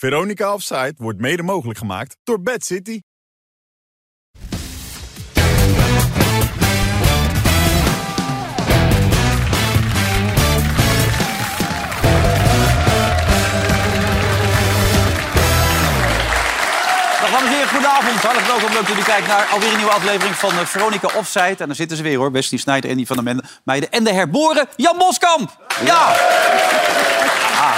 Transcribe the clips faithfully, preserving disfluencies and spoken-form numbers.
Veronica Offside wordt mede mogelijk gemaakt door Bad City. Dames en heren, goedenavond. Hartelijk welkom. Leuk dat jullie kijken naar alweer een nieuwe aflevering van Veronica Offside. En daar zitten ze weer hoor. Wesley Sneijder, Andy van der Meijden en de herboren Jan Boskamp. Ja! Ah.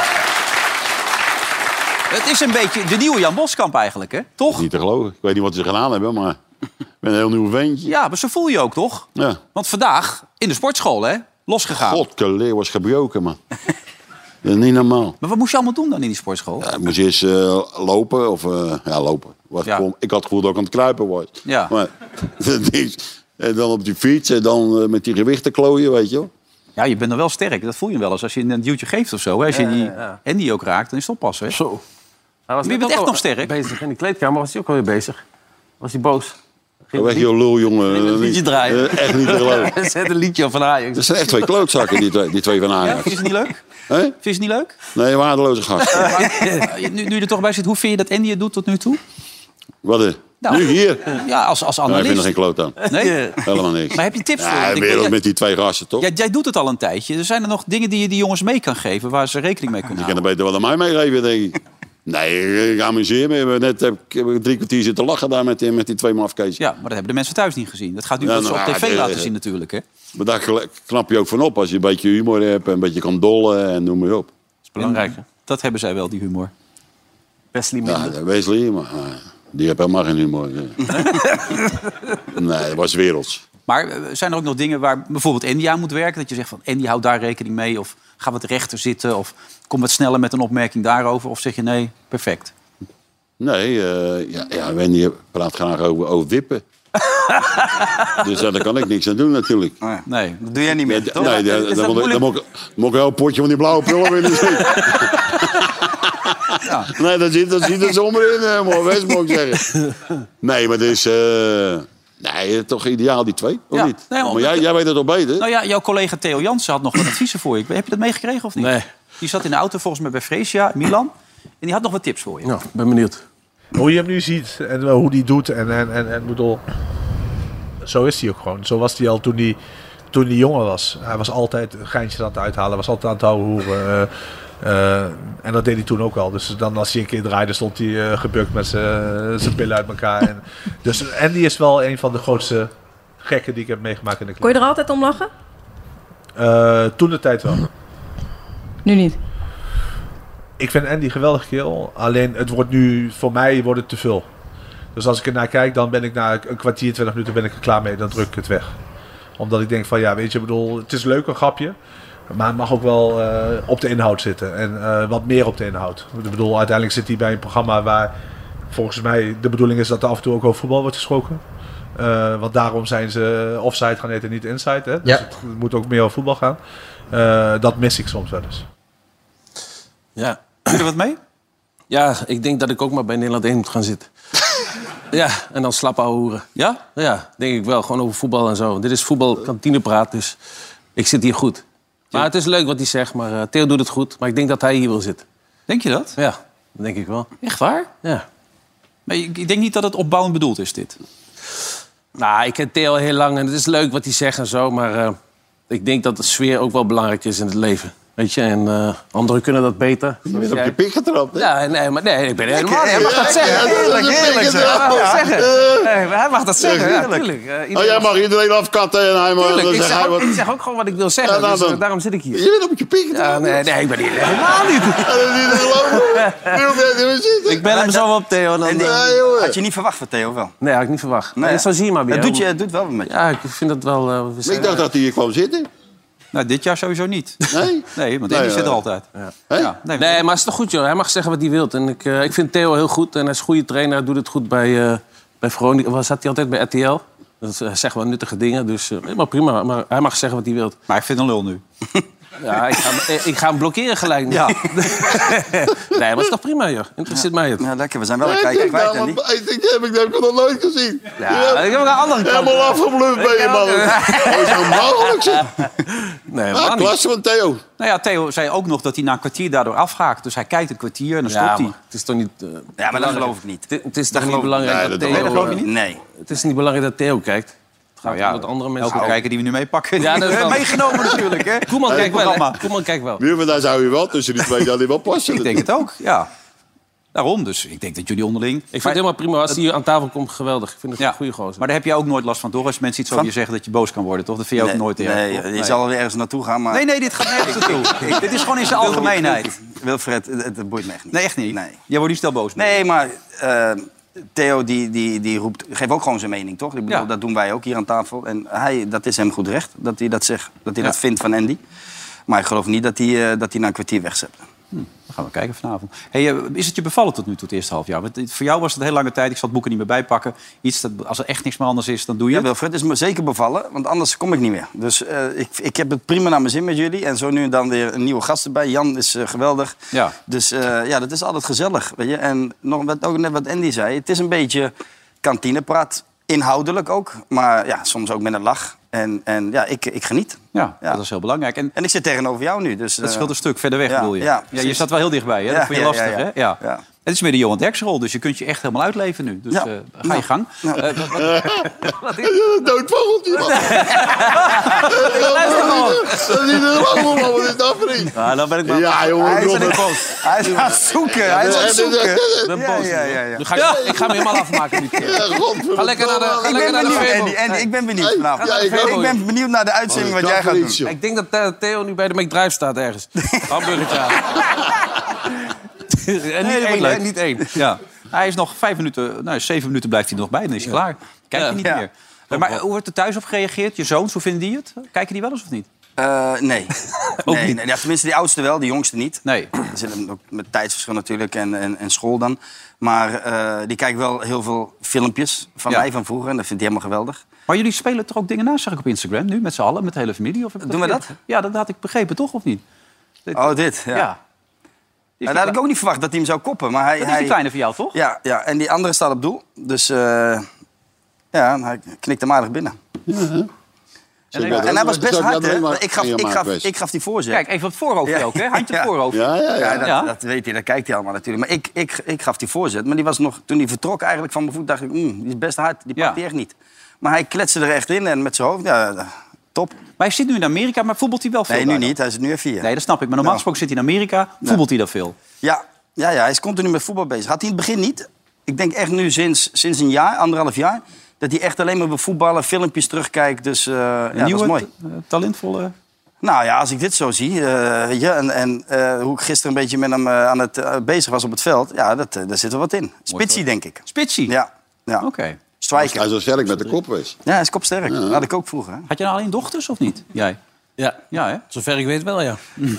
Het is een beetje de nieuwe Jan Boskamp eigenlijk, hè? Toch? Niet te geloven. Ik weet niet wat ze gedaan hebben, maar ik ben een heel nieuw ventje. Ja, maar zo voel je ook, toch? Ja. Want vandaag in de sportschool, hè? Losgegaan. Godkeleer was gebroken, man. Dat is niet normaal. Maar wat moest je allemaal doen dan in die sportschool? Ja, ik moest eerst uh, lopen. Of, uh, ja, lopen. Was Ja. gewoon, ik had het gevoel dat ik aan het kruipen was. Ja. Maar, en dan op die fiets en dan uh, met die gewichten klooien, weet je wel. Ja, je bent dan wel sterk. Dat voel je wel eens als je een duwtje geeft of zo. Hè? Als je die Ja, ja, ja. Andy ook raakt, dan is het oppassen. Hè? Zo. Hij was Maar je net bent ook echt al nog sterk. Bezig in de kleedkamer was hij ook alweer bezig. Was hij boos. Ga weg, joh, lul, jongen. Ging een liedje Niet- draaien. uh, echt niet te geloven. Zet een liedje op van Ajax. Dat zijn echt twee klootzakken, die twee, die twee van Ja, Ajax. vind je het niet leuk? Hè? Vind je het niet leuk? Nee, waardeloze gast. nu, nu je er toch bij zit, hoe vind je dat Andy het doet tot nu toe? Wat is? Nou, Nu hier? Ja, als, als Nou, ik vind er analist. geen kloot aan. Nee? Helemaal niks. Maar heb je tips voor? Ja, Want ik wereld weet- met die twee gasten, toch? jij, jij doet het al een tijdje. Er zijn er nog dingen die je die jongens mee kan geven... waar ze rekening mee kunnen Je kan er houden. beter wat aan mij meegeven, denk ik. Nee, ik amuseer me. We hebben net heb ik drie kwartier zitten lachen daar met die, met die twee mafkees. Ja, maar dat hebben de mensen thuis niet gezien. Dat gaat nu Ja, wat ze nou, op tv ja, de- laten zien natuurlijk. Hè? Dat Maar daar kla- knap je ook van op als je een beetje humor hebt... en een beetje kan dollen en noem maar op. is belangrijk. En dat hebben zij wel, die humor. Wesley Ja, minder. dat Wesley, maar uh, die heeft helemaal geen humor. Nee, dat was werelds. Maar eh, zijn er ook nog dingen waar bijvoorbeeld Andy aan moet werken? Dat je zegt van Andy, houd daar rekening mee. Of ga wat rechter zitten. Of kom wat sneller met een opmerking daarover. Of zeg je nee, perfect. Nee, uh, ja, ja, Wendy praat graag over, over wippen. Dus ja, daar kan ik niks aan doen natuurlijk. Nee. Dat doe jij niet meer, Nee, toch? nee, Is dan, dat dan, moet ik- dan, moet ik- moet ik een heel potje van die blauwe pullen in. Ja. Nee, dat zit, dat zit er zomaar in, uh, maar West moet ik zeggen. Nee, maar het is... Uh, nee, toch ideaal die twee, of Ja, niet? nee, maar omdat- jij, jij weet het al beter. Nou ja, jouw collega Theo Jansen had nog wat adviezen voor je. Heb je dat meegekregen of niet? Nee. Die zat in de auto volgens mij bij Fresia, Milan. En die had nog wat tips voor je. Nou, ben benieuwd. Hoe je hem nu ziet en hoe hij doet. En, en, en, en bedoel, zo is hij ook gewoon. Zo was hij al toen hij, toen hij jonger was. Hij was altijd geintjes aan het uithalen. Was altijd aan het houden hoeren. Uh, uh, en dat deed hij toen ook al. Dus dan als hij een keer draaide, stond hij uh, gebukt met zijn billen uit elkaar. En, dus Andy is wel een van de grootste gekken die ik heb meegemaakt in de Kon je club. er altijd om lachen? Uh, toen de tijd wel. Nu niet. Ik vind Andy een geweldig kerel. Alleen het wordt nu, voor mij wordt het te veel. Dus als ik er naar kijk, dan ben ik na een kwartier, twintig minuten ben ik er klaar mee. Dan druk ik het weg. Omdat ik denk van, ja, weet je, ik bedoel, het is leuk, een grapje. Maar het mag ook wel uh, op de inhoud zitten. En uh, wat meer op de inhoud. Ik bedoel, uiteindelijk zit hij bij een programma waar volgens mij de bedoeling is dat er af en toe ook over voetbal wordt gesproken. Uh, want daarom zijn ze offside gaan eten, niet inside. Hè? Dus Ja. het moet ook meer over voetbal gaan. Uh, dat mis ik soms wel eens. Ja. Doe je er wat mee? ja, ik denk dat ik ook maar bij Nederland één moet gaan zitten. Ja, en dan slap ouwe hoeren. Ja? Ja, denk ik wel. Gewoon over voetbal en zo. Dit is voetbalkantinepraat, dus ik zit hier goed. Maar het is leuk wat hij zegt, maar uh, Theo doet het goed. Maar ik denk dat hij hier wil zitten. Denk je dat? Ja, dat denk ik wel. Echt waar? Ja. Maar ik ik denk niet dat het opbouwend bedoeld is, dit. Nou, ik ken Theo al heel lang en het is leuk wat hij zegt en zo. Maar uh, ik denk dat de sfeer ook wel belangrijk is in het leven. Weet je, en uh, anderen kunnen dat beter. Je bent op je pik getrapt, hè? Ja, nee, maar nee, ik ben helemaal niet. Hij mag dat zeggen. Heerlijk, heerlijk, Hij mag dat zeggen. Nee, maar hij mag dat zeggen, ja, heerlijk. tuurlijk. Uh, Oh, iedereen jij mag- mag iedereen afkatten en hij mag... Tuurlijk, dan ik zeg zeg, hij ook, wat- ik zeg ook gewoon wat ik wil zeggen, Ja, nou dus uh, dan. daarom zit ik hier. Je bent op je pik Ja, getrapt. nee, nee, ik ben hier helemaal niet. Ja, dat is niet te geloven. Nu ben je weer zitten. Ik ben hem zo op, Theo. Dan, En uh, die- Ja, jongen. had je niet verwacht van Theo wel? nee, had ik niet verwacht. Nee, Nee, zo zie je maar weer. Dat doet, je, doet wel wat met je. Ja, ik vind dat wel... Uh, we Maar zijn- ik dacht dat hij hier kwam zitten. Nou, dit jaar sowieso niet. Nee? Nee, want Nee, Andy zit er ja. altijd. Hè? Ja, nee, Nee, maar het is toch goed, joh. Hij mag zeggen wat hij wil. En ik, uh, ik vind Theo heel goed. En hij is een goede trainer. Hij doet het goed bij, uh, bij Veronica. Waar zat hij altijd? Bij R T L. Dat uh, zegt wel nuttige dingen. Dus uh, maar prima. Maar hij mag zeggen wat hij wil. Maar ik vind een lul nu. Ja, ik ga, hem- ik ga hem blokkeren gelijk. Ja. Nee, maar is toch prima, joh. Interesseert mij het. Ja, lekker. We zijn wel een Nee, kijker kijk kwijt, nou, Andy. want- ik denk, die heb ik, die heb ik nog nooit gezien. Ja, ik heb ook een andere kant. Helemaal afgebluft ben je, man. Dat is onmogelijk, zeg. Nee, Ja, man niet. klasse van Theo. Nou ja, Theo zei ook nog dat hij na een kwartier daardoor afhaakt. Dus hij kijkt een kwartier en dan stopt Ja, hij. maar het is toch niet... uh, Ja, maar dat geloof ik niet. Het, het is toch geloof niet ik- belangrijk Nee, dat dat Theo... geloof je niet? Nee. Het is niet belangrijk dat Theo kijkt. Het gaat Nou ja, om dat andere mensen... elke ook. kijker die we nu meepakken, Ja, die dat is wel- meegenomen natuurlijk. Hè? Koeman Hey, kijkt wel, hè. programma. Koeman kijkt wel. Nu, maar daar zou je wel tussen die twee dan niet wel passen. Ik denk het ook, ja. Daarom, dus ik denk dat jullie onderling... Ik vind het helemaal prima. Als hij hier aan tafel komt, geweldig. Ik vind het Ja, een goede gozer. maar daar heb je ook nooit last van, toch? Als mensen iets over Van? je zeggen dat je boos kan worden, toch? Dat vind je ook Nee, nooit erg, nee, toch? je zal er weer ergens naartoe gaan, maar... Nee, nee, dit gaat nergens naartoe. Dit is gewoon in zijn algemeenheid. Wilfred, het, het boeit me echt niet. Nee, echt niet? Nee. Jij wordt niet snel boos. Nee, maar eh, Theo die, die, die roept, geeft ook gewoon zijn mening, toch? Ik bedoel, Ja. dat doen wij ook hier aan tafel. En hij, dat is hem goed recht, dat hij dat zegt. Dat hij Ja. dat vindt van Andy. Maar ik geloof niet dat hij, eh, dat hij na een kwartier wegzet. Dan gaan we kijken vanavond. Hey, eh, is het je bevallen tot nu toe, het eerste half jaar? Want dit- voor jou was het een hele lange tijd. Ik zal het boeken niet meer bijpakken. Iets dat, als er echt niks meer anders is, dan doe je Ja, het. Wilfred, is me zeker bevallen, want anders kom ik niet meer. Dus eh, ik, ik heb het prima naar mijn zin met jullie. En zo nu en dan weer een nieuwe gast erbij. Jan is eh, geweldig. Ja. Dus eh, ja, dat is altijd gezellig. Weet je? En nog wat, ook net wat Andy zei. Het is een beetje kantinepraat. Inhoudelijk ook. Maar ja, soms ook met een lach. En, en ja, ik, ik geniet. Ja, Ja. dat is heel belangrijk. En En ik zit tegenover jou nu. Dus, dat eh, scheelt een stuk verder weg, ja, bedoel je? ja, ja, je precies. zat wel heel dichtbij, hè? Ja, Dat vond je ja, lastig, ja, ja. hè? Ja. Ja. Het is meer de Johan Derksrol, dus je kunt je echt helemaal uitleven nu. Dus Ja. eh, ga je Nou. gang. Nou. Eh, wat- wat- wat is- Doodvogeltje, man. Dat is niet te geloven, man. Wat is dat, vriend? Ja, dan ben ik maar... Ja, jongen. Hij is aan Robert. het hij is aan het zoeken. Hij is aan het zoeken. ben Ja, boos. ja, ja, ja. Nu ga ik, ik ga hem helemaal afmaken dit keer. Ja, godverdomme. Ga lekker naar de- ga Ik lekker ben naar de benieuwd, Febo. Andy. Andy, ik ben benieuwd Hey, vanavond. ja, ik ook. ik ben benieuwd naar de uitzending wat jij gaat doen. Ik denk dat eh, Theo nu bij de McDrive staat ergens. Hamburgertje aan. En niet wordt één, leuk. hè? Niet één. Ja. Hij is nog vijf minuten, nou, zeven minuten blijft hij er nog bij, dan is hij klaar. Kijk je Ja. niet Ja. meer. Eh, Maar hoe wordt er thuis op gereageerd? Je zoons, hoe vinden die het? Kijken die wel eens of niet? Eh, nee. Ook nee, niet? nee. Ja, tenminste, die oudste wel, die jongste niet. Nee. Er zit een- ook met tijdsverschil natuurlijk en, en, en school dan. Maar eh, die kijkt wel heel veel filmpjes van Ja. mij van vroeger. En dat vindt hij helemaal geweldig. Maar jullie spelen toch ook dingen na, zag ik op Instagram nu, met z'n allen, met de hele familie? Of heb ik Doen we verkeerd? dat? Ja, dat had ik begrepen, toch, of niet? Dit- Oh, dit. Ja. ja. Is Nou, die dat had ik ook niet verwacht dat hij hem zou koppen. Maar hij, Dat is hij, die kleine van jou, toch? Ja, ja, en die andere staat op doel. Dus eh, ja, hij knikt hem aardig binnen. Zeg, En En hij was best zou hard, alleen hè? maar Ik gaf, ik, meegemaakt gaf, geweest. ik gaf die voorzet. Kijk, even op het voorhoofdje Ja. ook, hè? Handje op Ja. het voorhoofd. Ja, ja, Ja, ja. dat, Ja. dat weet hij, dat kijkt hij allemaal natuurlijk. Maar ik, ik, ik gaf die voorzet. Maar die was nog, toen hij vertrok eigenlijk van mijn voet, dacht ik, mm, die is best hard. Die pakt Ja. hij echt niet. Maar hij kletste er echt in en met zijn hoofd, ja, top. Maar hij zit nu in Amerika, maar voetbalt hij wel veel? Nee, nu daar dan? niet. Hij zit nu even hier. Nee, dat snap ik. Maar normaal Ja. gesproken zit hij in Amerika, voetbalt hij daar veel. Ja, ja, ja, hij is continu met voetbal bezig. Had hij in het begin niet. Ik denk echt nu sinds, sinds een jaar, anderhalf jaar... dat hij echt alleen maar bij voetballen, filmpjes terugkijkt. Dus eh, ja, dat Nieuwe, is mooi. t- eh, talentvolle... Nou ja, als ik dit zo zie, eh, weet je, en, en eh, hoe ik gisteren een beetje met hem eh, aan het eh, bezig was op het veld... ja, dat, eh, daar zit er wat in. Spitsie, denk ik. Spitsie? Ja, ja. Oké. Striker. Hij is zo sterk met de kop geweest. Ja, hij is kopsterk. Dat had ik ook vroeger. Hè? Had je nou alleen dochters of niet? Jij? Ja, Ja, hè? zover ik weet wel, ja.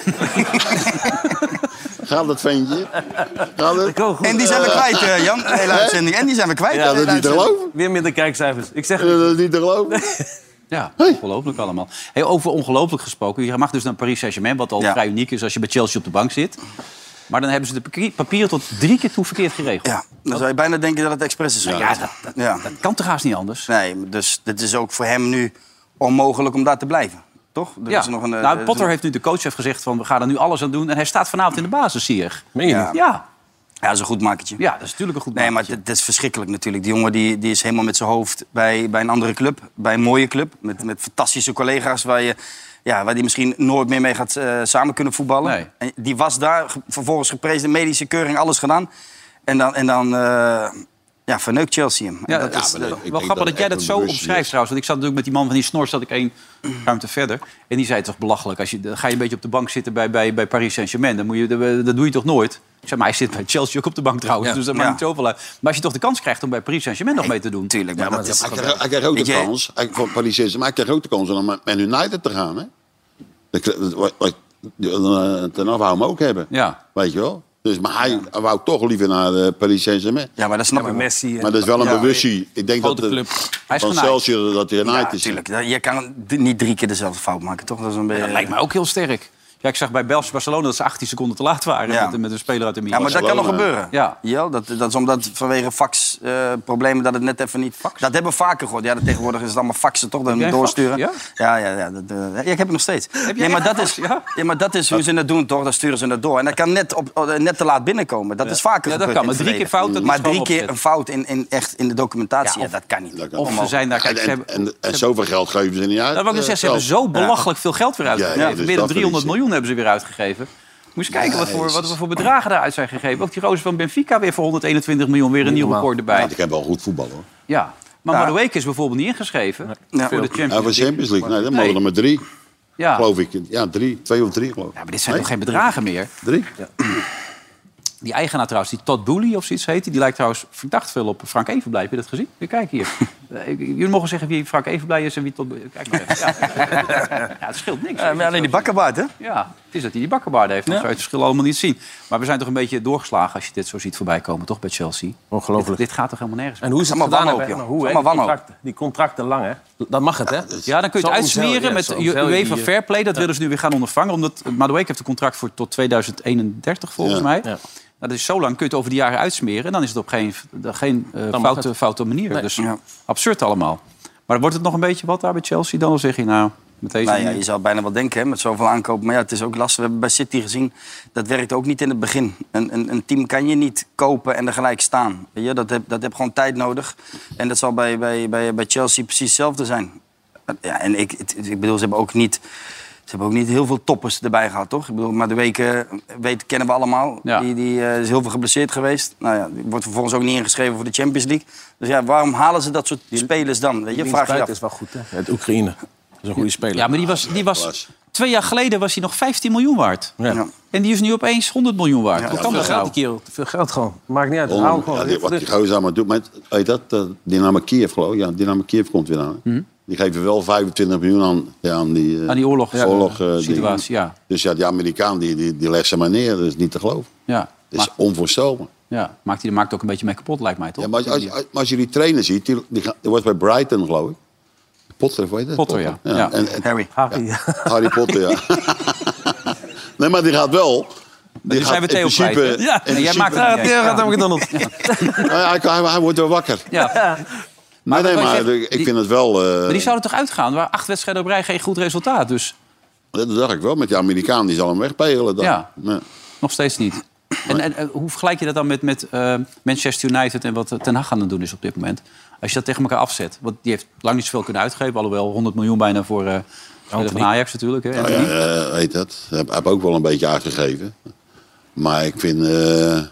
Gaat het ventje? Gaat het? En die zijn we kwijt, eh, Jan. De hele uitzending. En die zijn we kwijt. Ja, de hele Dat is niet te uitzending. geloven. Weer minder kijkcijfers. Ik zeg het. Dat is niet te geloven. Ja, ongelooflijk allemaal. Hey, over ongelooflijk gesproken. Je mag dus naar Paris Saint-Germain, wat al Ja. vrij uniek is als je bij Chelsea op de bank zit. Maar dan hebben ze de papier- papieren tot drie keer toe verkeerd geregeld. Ja, dan zou je bijna denken dat het expres is. Ja, geweest. dat, dat, Ja. dat kan toch haast niet anders? Nee, dus dit is ook voor hem nu onmogelijk om daar te blijven. Toch? Er Ja. is nog een, eh, nou, er is Potter een- heeft nu, de coach heeft gezegd van we gaan er nu alles aan doen. En hij staat vanavond in de basis, zie je. Meen je Ja. niet? Ja, Ja, dat is een goed makertje. ja, dat is natuurlijk een goed Nee, maar makertje. het, het is verschrikkelijk natuurlijk. Die jongen die, die is helemaal met zijn hoofd bij, bij een andere club. Bij een mooie club. Met, met fantastische collega's waar je... Ja, waar die misschien nooit meer mee gaat eh, samen kunnen voetballen. Nee. En die was daar, ge- vervolgens geprezen, medische keuring, alles gedaan. En dan, en dan eh, ja, verneukt Chelsea hem. Ja, En dat ja, is, maar eh, dat- ik wel denk grappig dat dat jij het dat echt zo een bewustzijn omschrijft is. trouwens. Want ik zat natuurlijk met die man van die snor, zat ik één ruimte verder. En die zei toch belachelijk. Als je, dan ga je een beetje op de bank zitten bij, bij, bij Paris Saint-Germain. Dan moet je, dat, dat doe je toch nooit? Ik zei, maar hij zit bij Chelsea ook op de bank trouwens. Ja. Dus dat maakt Ja. niet zoveel uit. Maar als je toch de kans krijgt om bij Paris Saint-Germain nog mee te doen. Tuurlijk, maar, maar dat dat is Hij geweldig. kreeg, hij kreeg ook de Weet je- kans. Hij, voor Paris Saint-Germain, hij kreeg ook de kans om met Man United te gaan. Hè? Dat kreeg- wat- wat- Ten af wou hem ook hebben. Ja. Weet je wel? Dus, maar hij wou toch liever naar eh, Paris Saint-Germain. Ja, maar dat snap Ja, ik maar wel. Messi... en- Maar dat is wel een Ja. bewustzijn. Ik denk Grote dat de, club. Hij is van genaaid. Celsius dat hij Ja, United is. natuurlijk. Je kan d- niet drie keer dezelfde fout maken, toch? Dat is een beetje... Dat lijkt mij ook heel sterk. Ja, ik zag bij België Barcelona dat ze achttien seconden te laat waren Ja. met, met een speler uit de Ja, Milan. maar dat kan nog gebeuren. Ja. Ja, dat, dat is omdat vanwege fax-problemen dat het net even niet... Fax? Dat hebben we vaker gehoord. Ja, dat tegenwoordig is het allemaal faxen toch? Dan jij een doorsturen. fax? Ja, ja, ja. Dat, uh, ja, ik heb het nog steeds. jij Nee, maar, echt dat een is, fax? Ja? ja, maar dat is hoe ze het doen, toch? Dan sturen ze het door. En dat kan net, op, uh, net te laat binnenkomen. Dat is vaker Ja, dat gebeurd kan, in maar het drie keer verleden. fout, dat is Maar gewoon drie keer opzet. een fout in, in, echt in de documentatie, Ja, ja, dat kan niet. Dat kan. Of ze zijn daar... Kijk, En, ze en, hebben, en, en zoveel geld geven ze niet uit. dat wil ik dus eh, zeggen, ze hebben zelf. zo belachelijk veel geld weer uitgegeven. Ja, Ja, dus meer dan dat driehonderd is- miljoen hebben ze weer uitgegeven. Moet je eens kijken wat voor, wat voor bedragen daaruit zijn gegeven. Ook die roos van Benfica weer voor honderdeenentwintig miljoen. Weer een nieuw normaal. record erbij. Ik heb wel goed voetbal hoor. Ja. Maar Ja. Madueke is bijvoorbeeld niet ingeschreven Ja. voor de Ja, Champions voor League. Champions League. Nee, dan Nee. mogen er maar drie, Ja. geloof ik. Ja, drie. Twee of drie, geloof ik. Ja, maar dit zijn Nee? toch geen bedragen meer? Drie? Die eigenaar trouwens, die Todd Boehly of zoiets heet, die, die lijkt trouwens verdacht veel op Frank Evenblij. Heb je dat gezien? Kijk kijk hier. Eh, ik- Jullie mogen zeggen wie Frank Evenblij is en wie Todd Boehly. Kijk maar even. Ja. Ja, het scheelt niks. Ja, maar alleen die bakkenbaard, hè? Ja, het is dat hij die bakkenbaard heeft. Dan zou je het verschil allemaal niet zien. Maar we zijn toch een beetje doorgeslagen als je dit zo ziet voorbij komen, toch, bij Chelsea? Ongelooflijk. Dit, dit gaat toch helemaal nergens En hoe is het Allemaal gedaan? wanhoop, hebben? joh. Hoe, hè? Allemaal Die wanhoop. contracten, die contracten lang, hè? Dat mag het, hè? Ja, dan kun je het Zo uitsmeren omzeil- ja, met zo U- omzeil je UEFA die, Fair Play. Dat willen ze nu weer gaan ondervangen. Omdat Madueke heeft een contract voor tot tweeduizend eenendertig, volgens Ja. mij. Ja. Nou, dat is zo lang, kun je het over die jaren uitsmeren. En dan is het op geen, geen uh, mag foute, het. foute manier. Nee. Dus Ja. absurd allemaal. Maar wordt het nog een beetje wat daar bij Chelsea dan? Dan zeg je nou, met deze Nou ja, manier- je zou bijna wel denken, hè, met zoveel aankopen. Maar ja, het is ook lastig. We hebben bij City gezien, dat werkt ook niet in het begin. Een, een, een team kan je niet kopen en er gelijk staan. Weet je? Dat heb, dat heb gewoon tijd nodig. En dat zal bij, bij, bij, bij Chelsea precies hetzelfde zijn. Ja, en ik, het- ik bedoel, ze hebben ook niet... Ze hebben ook niet heel veel toppers erbij gehad, toch? Ik bedoel, maar de weken weet, kennen we allemaal. Ja. Die, die uh, is heel veel geblesseerd geweest. Nou ja, die wordt vervolgens ook niet ingeschreven voor de Champions League. Dus ja, waarom halen ze dat soort spelers dan? Weet je, vraag je je af. is wel goed, hè? Uit Oekraïne. Dat is een goede speler. Ja, maar die was, die was, Klas. twee jaar geleden was hij nog vijftien miljoen waard. Ja. Ja. En die is nu opeens honderd miljoen waard. Hoe kan Te veel dat geld, nou? die kerel. Te veel geld gewoon. Maakt niet uit. Oh, Hou gewoon. ja, die- wat die gozer allemaal doet. Maar weet je dat? Uh, Dynamo Kiev, geloof ik. Ja, Dynamo Kiev komt weer aan. Mhm. Die geven wel vijfentwintig miljoen aan, ja, aan die, uh, Aan die oorlog, ja, oorlog uh, situatie, dingen. ja. Dus ja, die Amerikaan die, die, die legt ze maar neer. Dat is niet te geloven. Ja. Dat is Maar, onvoorstelbaar. ja. Maakt hij maakt ook een beetje mee kapot, lijkt mij, toch? Ja, maar als, als, als- als je die trainer ziet, die, die, gaat- die was bij Brighton, geloof ik. Potter, weet je dat? Potter, ja. Ja. En, en, Harry. Harry. Harry Potter, ja. Nee, maar die gaat wel. Die Nu zijn we in Theo principe- kwijt, hè? Ja, in en jij principe- maakt het niet Ja, uit. gaat naar McDonald's. Nou ja, hij, hij, hij wordt wel wakker. Ja. Maar nee, wat maar je zegt, ik die- vind het wel... uh, Maar die zouden toch uitgaan? Er waren acht wedstrijden op rij, geen goed resultaat. Dus Dat dacht ik wel. Met die Amerikaan, die zal hem wegpegelen. dan. Ja. Ja. nog steeds niet. En, en eh, hoe vergelijk je dat dan met, met eh, Manchester United en wat Ten Hag aan het doen is op dit moment? Als je dat tegen elkaar afzet. Want die heeft lang niet zoveel kunnen uitgeven. Alhoewel honderd miljoen bijna voor uh, van Ajax natuurlijk. Hè, Nou Anthony. ja, uh, weet dat. Heb, heb ook wel een beetje uitgegeven. Maar ik vind... Uh, hij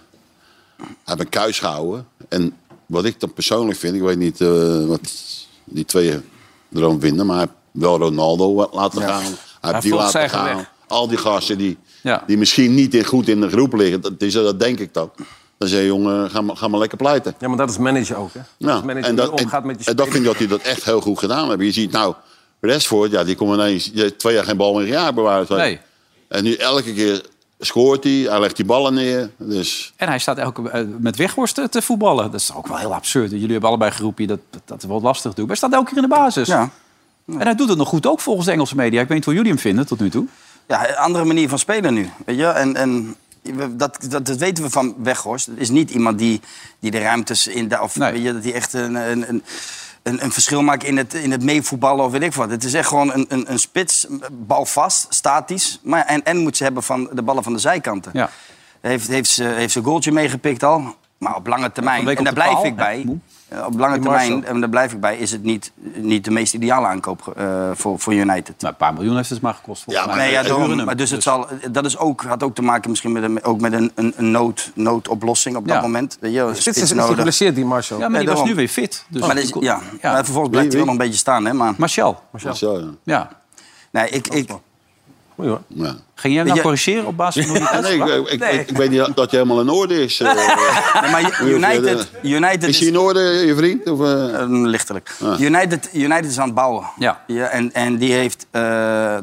heeft een kuis gehouden. En wat ik dan persoonlijk vind... Ik weet niet uh, wat die twee erom vinden. Maar hij heeft wel Ronaldo laten Ja. gaan. Hij heeft Hij die volgt laten zijn gaan. weg. Al die gasten die, Ja. die misschien niet in, goed in de groep liggen. Dat, is, dat denk ik dan. Dan zeg je, jongen, ga maar, ga maar lekker pleiten. Ja, maar dat is manager ook, hè? Dat Ja, is manager en, dat, die omgaat met je en dat spelers. vind ik dat hij dat echt heel goed gedaan heeft. Je ziet nou, Rashford, ja, die komt ineens die heeft twee jaar geen bal meer jaar bewaard. Nee. En nu elke keer scoort hij, hij legt die ballen neer. Dus En hij staat elke, eh, met Weghorst te, te voetballen. Dat is ook wel heel absurd. Jullie hebben allebei geroepen dat dat, dat wel lastig doet. Maar hij staat elke keer in de basis. Ja. En hij doet het nog goed ook volgens de Engelse media. Ik weet niet hoe jullie hem vinden tot nu toe. Ja, een andere manier van spelen nu. Weet je? En, en we- dat, dat, dat weten we van Weghorst. Het is niet iemand die, die de ruimtes in... de- Of Nee. weet je, dat hij echt een, een, een, een, een verschil maakt in het, in het meevoetballen of weet ik wat. Het is echt gewoon een, een, een spits, balvast, statisch. Maar, ja, en, en moet ze hebben van de ballen van de zijkanten. Ja. Heeft, heeft, ze, heeft ze een goaltje meegepikt al. Maar op lange termijn, Van de week en op daar de blijf paal, ik hè? bij... Moe. eh, Op lange Die termijn, Marcel. en daar blijf ik bij, is het niet, niet de meest ideale aankoop eh, voor, voor United. Nou, een paar miljoen heeft het maar gekost. volgens Ja, mij. maar- Nee, ja, en daarom. huren hem. Maar dus het zal, dat is ook, had ook te maken misschien met een, ook met een, een, een nood, noodoplossing op dat Ja. moment. Weet je, een Dit is, spits is nodig. geblesseerd, die Marshall. Ja, maar die Nee, was nu daarom. weer fit. Dus Maar, dat is- ja. Ja. maar vervolgens blijft hij Wie- wel nog een beetje staan. Hè? Maar, Martial. zo, ja. Ja. nee, ik, ik, Goeie, hoor. Ja. Ging jij Weet nou je- corrigeren op basis van hoe Ja, die nee, ik, ik, ik, ik weet niet dat je helemaal in orde is. Uh, nee, maar United, United is hij is... in orde, je vriend? Of, uh? eh, lichtelijk. Ah. United, United is aan het bouwen. Ja. en, en die heeft... eh,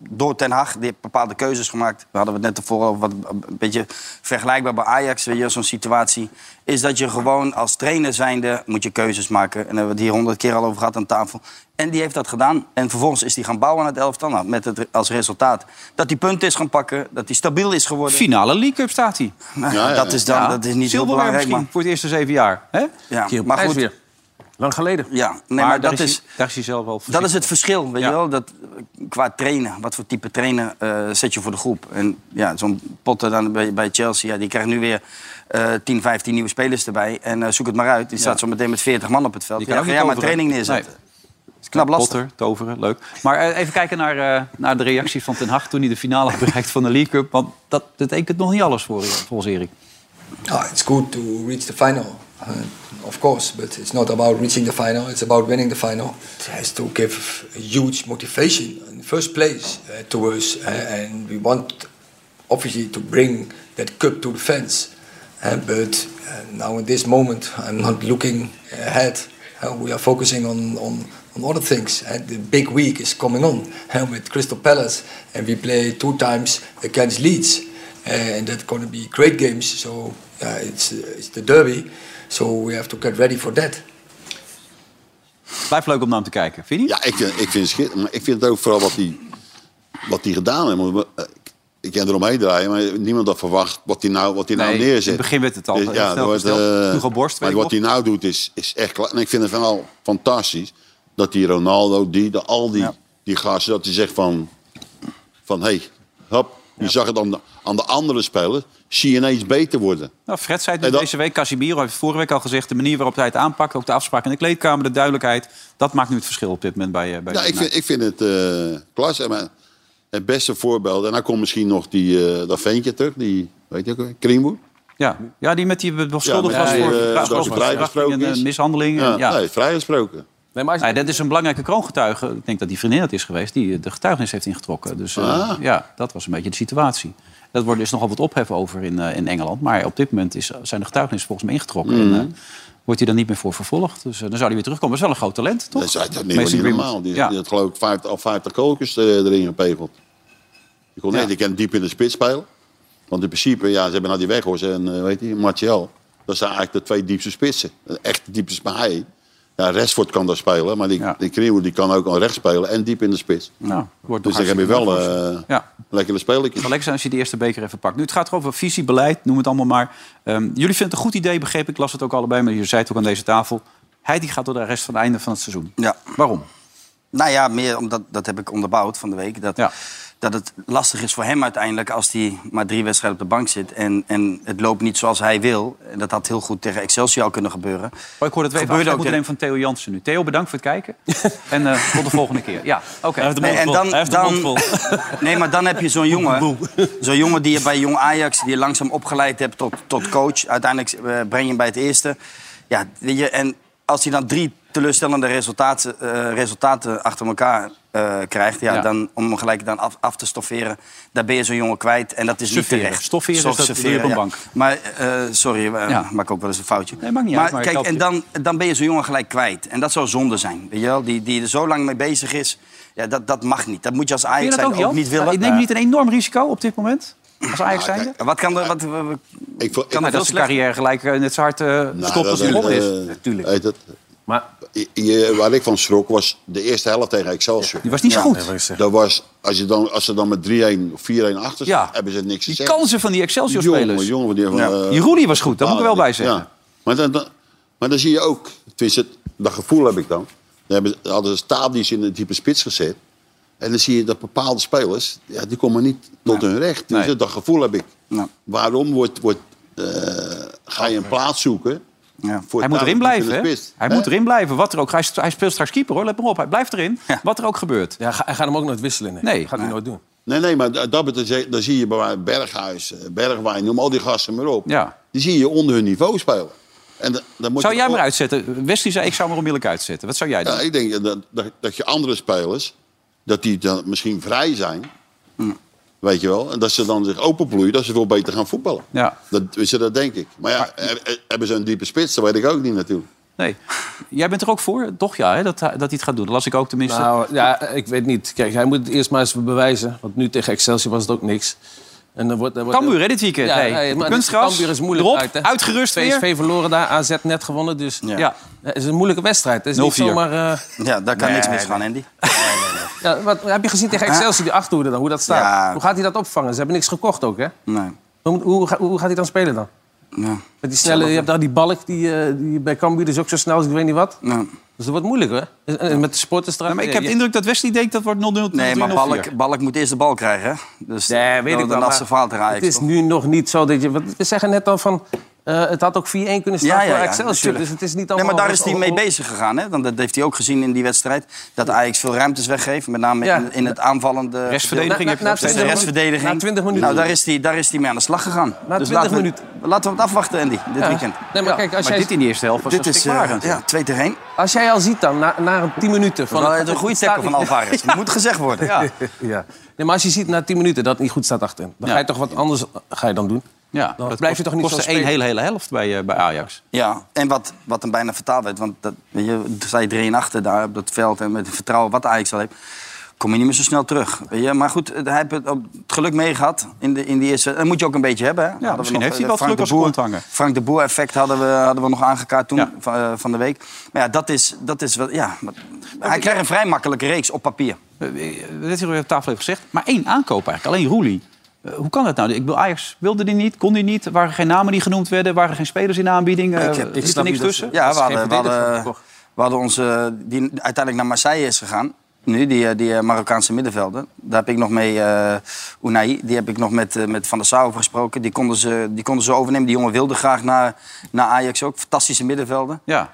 door Ten Hag, die heeft bepaalde keuzes gemaakt. We hadden het net ervoor over, wat een beetje vergelijkbaar bij Ajax, weet je, zo'n situatie. Is dat je gewoon als trainer zijnde moet je keuzes maken. En daar hebben we het hier honderd keer al over gehad aan tafel. En die heeft dat gedaan. En vervolgens is hij gaan bouwen aan het elftal. Nou, met het als resultaat dat hij punten is gaan pakken, dat hij stabiel is geworden. Finale League Cup staat hij. Nou, Ja, ja, dat is dan Ja. dat is niet heel Silverware belangrijk. misschien Maar, voor het eerste zeven jaar. Hè? ja, Keer op maar ijs goed, weer. Lang geleden. ja, nee, maar maar daar, dat is, is. hij, daar is hij zelf wel Dat is het verschil, weet Ja. je wel? Dat, qua trainen, wat voor type trainer uh, zet je voor de groep? En ja, zo'n Potter dan bij, bij Chelsea, ja, die krijgt nu weer uh, tien, vijftien nieuwe spelers erbij. En uh, zoek het maar uit. Die staat zo meteen met veertig man op het veld. Die Ja, kan ook ga niet jij maar toveren. training neerzetten. Nee. Is knap lastig. Potter, toveren, leuk. Maar uh, even kijken naar, uh, naar de reactie van Ten Hag toen hij de finale had bereikt van de League Cup. Want dat betekent nog niet alles voor, volgens Erik. Oh, it's good to reach the final, uh, of course, but it's not about reaching the final, it's about winning the final. It has to give a huge motivation in the first place uh, to us, uh, and we want obviously to bring that cup to the fans. Uh, but uh, now in this moment, I'm not looking ahead. Uh, we are focusing on, on, on other things. Uh, the big week is coming on uh, with Crystal Palace, and we play two times against Leeds. Uh, and that's going to be great games. So uh, it's uh, it's the derby. So we have to get ready for that. Blijft leuk om naar hem te kijken, vind je niet? Ja, ik vind, ik vind het schitterend. Maar ik vind het ook vooral wat hij wat die gedaan heeft. Want, uh, Ik kan eromheen draaien, maar niemand had verwacht wat hij nou, wat hij nou Nee, neerzet. in het begin werd het al Dus, heel ja, snel wordt, gesteld. uh, Hugo Borst, maar weet je wat hij nou doet is, is echt klaar. En ik vind het wel fantastisch dat die Ronaldo, die, de, al die, Ja. die gasten, dat hij zegt van, van hé, hey, hop, je Ja. zag het aan de, aan de andere spelers, zie je ineens beter worden. Nou, Fred zei het En dat- deze week, Casemiro heeft vorige week al gezegd... de manier waarop hij het aanpakt, ook de afspraak in de kleedkamer... de duidelijkheid, dat maakt nu het verschil op dit moment bij... eh, bij Ja, ik vind, ik vind het uh, klasse. Maar het beste voorbeeld, en dan komt misschien nog die, uh, dat ventje terug, die, weet je ook, weer, Greenwood. Ja. ja, die met die beschuldigd Ja, was met die, voor eh, verkrachting dat hij vrijgesproken en, eh, is. mishandeling. Ja, en, ja. hij is vrijgesproken. Nee, maar als- Nee, dat is een belangrijke kroongetuige. Ik denk dat die vriendin het is geweest die de getuigenis heeft ingetrokken. Dus uh, Ah. ja, dat was een beetje de situatie. Dat wordt dus nogal wat ophef over in, uh, in Engeland. Maar op dit moment is, zijn de getuigenissen volgens mij ingetrokken. Mhm. En, uh, wordt hij dan niet meer voor vervolgd. Dus uh, dan zou hij weer terugkomen. Dat is wel een groot talent, toch? Dat is uit niet, Mason niet Greenwood. normaal. Die, Ja. die had geloof ik vijftig, al vijftig kooltjes uh, erin gepegeld. Die kon Ja. net, die kan diep in de spits spelen. Want in principe, ja, ze hebben naar die Weghorst en uh, weet je, Martial. Dat zijn eigenlijk de twee diepste spitsen. Echt diepste spits. Hij, ja, Rashford kan daar spelen, maar die, Ja. die Greenwood die kan ook aan rechts spelen en diep in de spits. Nou, wordt Dus nog dan heb je hartstikke wel mooi voor ze. uh, Ja. lekkere spelletjes. Het zal lekker zijn als je die eerste beker even pakt. Nu, het gaat over visie, beleid, noem het allemaal maar. Um, jullie vinden het een goed idee, begreep ik. Ik las het ook allebei, maar je zei het ook aan deze tafel. Hij die gaat door de rest van het einde van het seizoen. Ja. Waarom? Nou ja, meer omdat, dat heb ik onderbouwd van de week. Dat, Ja. dat het lastig is voor hem uiteindelijk als hij maar drie wedstrijden op de bank zit. En, en het loopt niet zoals hij wil. En dat had heel goed tegen Excelsior al kunnen gebeuren. Oh, ik hoor dat we even Gebeurde afscheid ook moeten in- nemen van Theo Jansen nu. Theo, bedankt voor het kijken. en uh, tot de volgende keer. Ja, oké. Hij heeft de Nee, mond en vol. dan, Hij heeft de dan, mond vol. nee, maar dan heb je zo'n jongen, zo'n jongen die je bij Jong Ajax, die je langzaam opgeleid hebt tot, tot coach. Uiteindelijk eh, breng je hem bij het eerste. Ja, weet je, en als hij dan drie teleurstellende resultaten, eh, resultaten achter elkaar eh, krijgt, ja, Ja. Dan, om hem gelijk dan af, af te stofferen, daar ben je zo'n jongen kwijt. En dat is Serveren. niet terecht. Stofferen, dus dat doe je op een ja. bank. Maar, eh, sorry, eh, Ja. maak ook wel eens een foutje. Nee, maakt niet maar uit, maar ik kijk, help en je. dan, dan ben je zo'n jongen gelijk kwijt. En dat zou zonde zijn, weet je wel? Die, die er zo lang mee bezig is. Ja, dat, dat mag niet. Dat moet je als Vind je Ajax dat ook, zijn Jan? ook niet willen. Ja, neem je niet een enorm risico op dit moment? Als Ajax Nou, zijnde? kijk, Wat kan er... Wat, wat- wat- Ik, vo- ik, Kan Nou, dat veel is de carrière gelijk uh, net zo hard uh, nou, stopt als dat- die begonnen eh, is. Natuurlijk. weet het, Maar je- je- waar ik van schrok was de eerste helft tegen Excelsior. Die was niet zo Ja, goed. nee, wat ik zeg. Dat was, als, je dan, als ze dan met drie-een of vier-een achter Ja. staan, hebben ze niks Die gezegd. kansen van die Excelsior-spelers. Jongen, jongen, die, Ja. van, eh, Die Rooney was goed, dat moet ik er wel bij zeggen. Ja. Maar, dan, dan, maar dan zie je ook, tenminste, dat gevoel heb ik dan. Dan hebben, ze- hadden ze Tadic in de diepe spits gezet. En dan zie je dat bepaalde spelers, ja, die komen niet tot hun recht. Dus Nee. dat gevoel heb ik. Nou, Waarom wordt, wordt, eh, ga je een plaats zoeken? ja. Voor Hij moet Tadic erin blijven, in de hè? spits? Hij Hè? moet erin blijven. Wat er ook. Hij, hij speelt straks keeper, hoor. Let maar op. Hij blijft erin. Ja. Wat er ook gebeurt. ja, ga- hij gaat hem ook nooit wisselen. Nee, Nee. Dat gaat hij nooit doen. Nee, nee, maar dat, dat betekent- dan zie je bij Berghuis, eh, Bergwijn, noem al die gasten maar op. Ja. Die zie je onder hun niveau spelen. En da- dan moet Zou je jij maar ook- uitzetten? Wesley zei, ik zou maar onmiddellijk uitzetten. Wat zou jij doen? Ja, ik denk dat, dat, dat je andere spelers, dat die dan misschien vrij zijn, weet je wel, en dat ze dan zich openbloeien, dat ze veel beter gaan voetballen. Ja. Dat, weet je, dat denk ik. Maar ja, er- er- hebben ze een diepe spits, dat weet ik ook niet natuurlijk. Nee. Jij bent er ook voor, toch? Ja, hè? Dat, dat hij het gaat doen. Dat las ik ook tenminste. Nou, ja, ik weet niet. Kijk, hij moet het eerst maar eens bewijzen. Want nu tegen Excelsior was het ook niks. En dan wordt, dan wordt Cambuur, hè, dit weekend. Ja, nee. nee, maar Kunstgras, Cambuur is moeilijk erop, uit, hè. uitgerust P S V weer. verloren daar, A Z net gewonnen. Dus Ja. Ja. het is een moeilijke wedstrijd. Het is niet nul vier. zomaar... Uh... Ja, daar kan Nee, niks misgaan, Andy. Ja, wat, heb je gezien tegen Excelsior, die achterhoede dan, hoe dat staat? Ja. Hoe gaat hij dat opvangen? Ze hebben niks gekocht ook, hè? Nee. Hoe, hoe, ga- hoe gaat hij dan spelen dan? Ja. Met die snelle, je hebt daar die balk die, uh, die bij Cambuur is ook zo snel als ik weet niet wat. Ja. Dus dat wordt moeilijk, hoor. En- en met de sporters Ja, maar ik heb de indruk dat Wesley denkt dat wordt nul nul. Nee, maar nul vier. Balk, Balk moet eerst de bal krijgen. Hè? Dus Nee, weet dat ik is een wel. lastig verhaal tegen Het Ajax, is toch? nu nog niet zo dat je... Want we zeggen net al van... Uh, het had ook vier één kunnen staan Ja, ja, voor ja, Excelsior. natuurlijk. Dus het is niet Nee, allemaal... maar daar is hij mee bezig gegaan. Hè? Want dat heeft hij ook gezien in die wedstrijd. Dat Ajax veel ruimtes weggeeft. Met name Ja. in, in het aanvallende... Restverdediging Na- heb je na- nog steeds. De na- restverdediging. Na twintig minuten. Nou, daar is, hij, daar is hij mee aan de slag gegaan. Na dus twintig laten we, minuten. laten we het afwachten, Andy, dit Ja. weekend. Nee, maar Ja, kijk, als maar jij, dit in de eerste helft was Dit is uh, schrikbarend. ja, twee tegen één. als jij al ziet dan, na, na een tien minuten... Van Van het, een goede tackle van Alvarez. Dat moet gezegd worden. Ja. Ja. Nee, maar als je ziet na tien minuten dat het niet goed staat achterin... dan Ja. ga je toch wat anders ga je dan doen. Ja, Dan dat blijf je kost- toch niet kostte zo één spelen. hele, hele helft bij, uh, bij Ajax. Ja, en wat, wat hem bijna vertaald werd. Want dat, weet je, sta je drie en achter daar op dat veld. En met het vertrouwen wat Ajax al heeft. Kom je niet meer zo snel terug. Weet je? Maar goed, hij heeft het, op het geluk mee gehad in de, in die eerste... Dat moet je ook een beetje hebben. Hè? Hadden we misschien nog, heeft hij eh, wel Frank geluk de als Boer- grondhanger. Frank de Boer effect hadden we, hadden we nog aangekaart toen Ja. van, uh, van de week. Maar ja, dat is, dat is wel... Ja, maar, hij krijgt een vrij makkelijke reeks op papier. Uh, dat is hier op tafel even gezegd. Maar één aankoop eigenlijk, alleen Roelie. Uh, hoe kan dat nou? Ik bedoel, Ajax wilde die niet, kon die niet. Er waren geen namen die genoemd werden. Er waren geen spelers in de aanbieding. Uh, Ik heb- ik zit er snap niks niet dat tussen? Ja, is we geen hadden, we, verdediger, hadden, toch? we hadden onze... Die uiteindelijk naar Marseille is gegaan. Nu, die, eh, die eh, Marokkaanse middenvelder. Daar heb ik nog mee... Uh, Unai, die heb ik nog met, uh, met Van der Sar over gesproken. Die konden, ze, die konden ze overnemen. Die jongen wilde graag naar, naar Ajax ook. Fantastische middenvelder. Ja.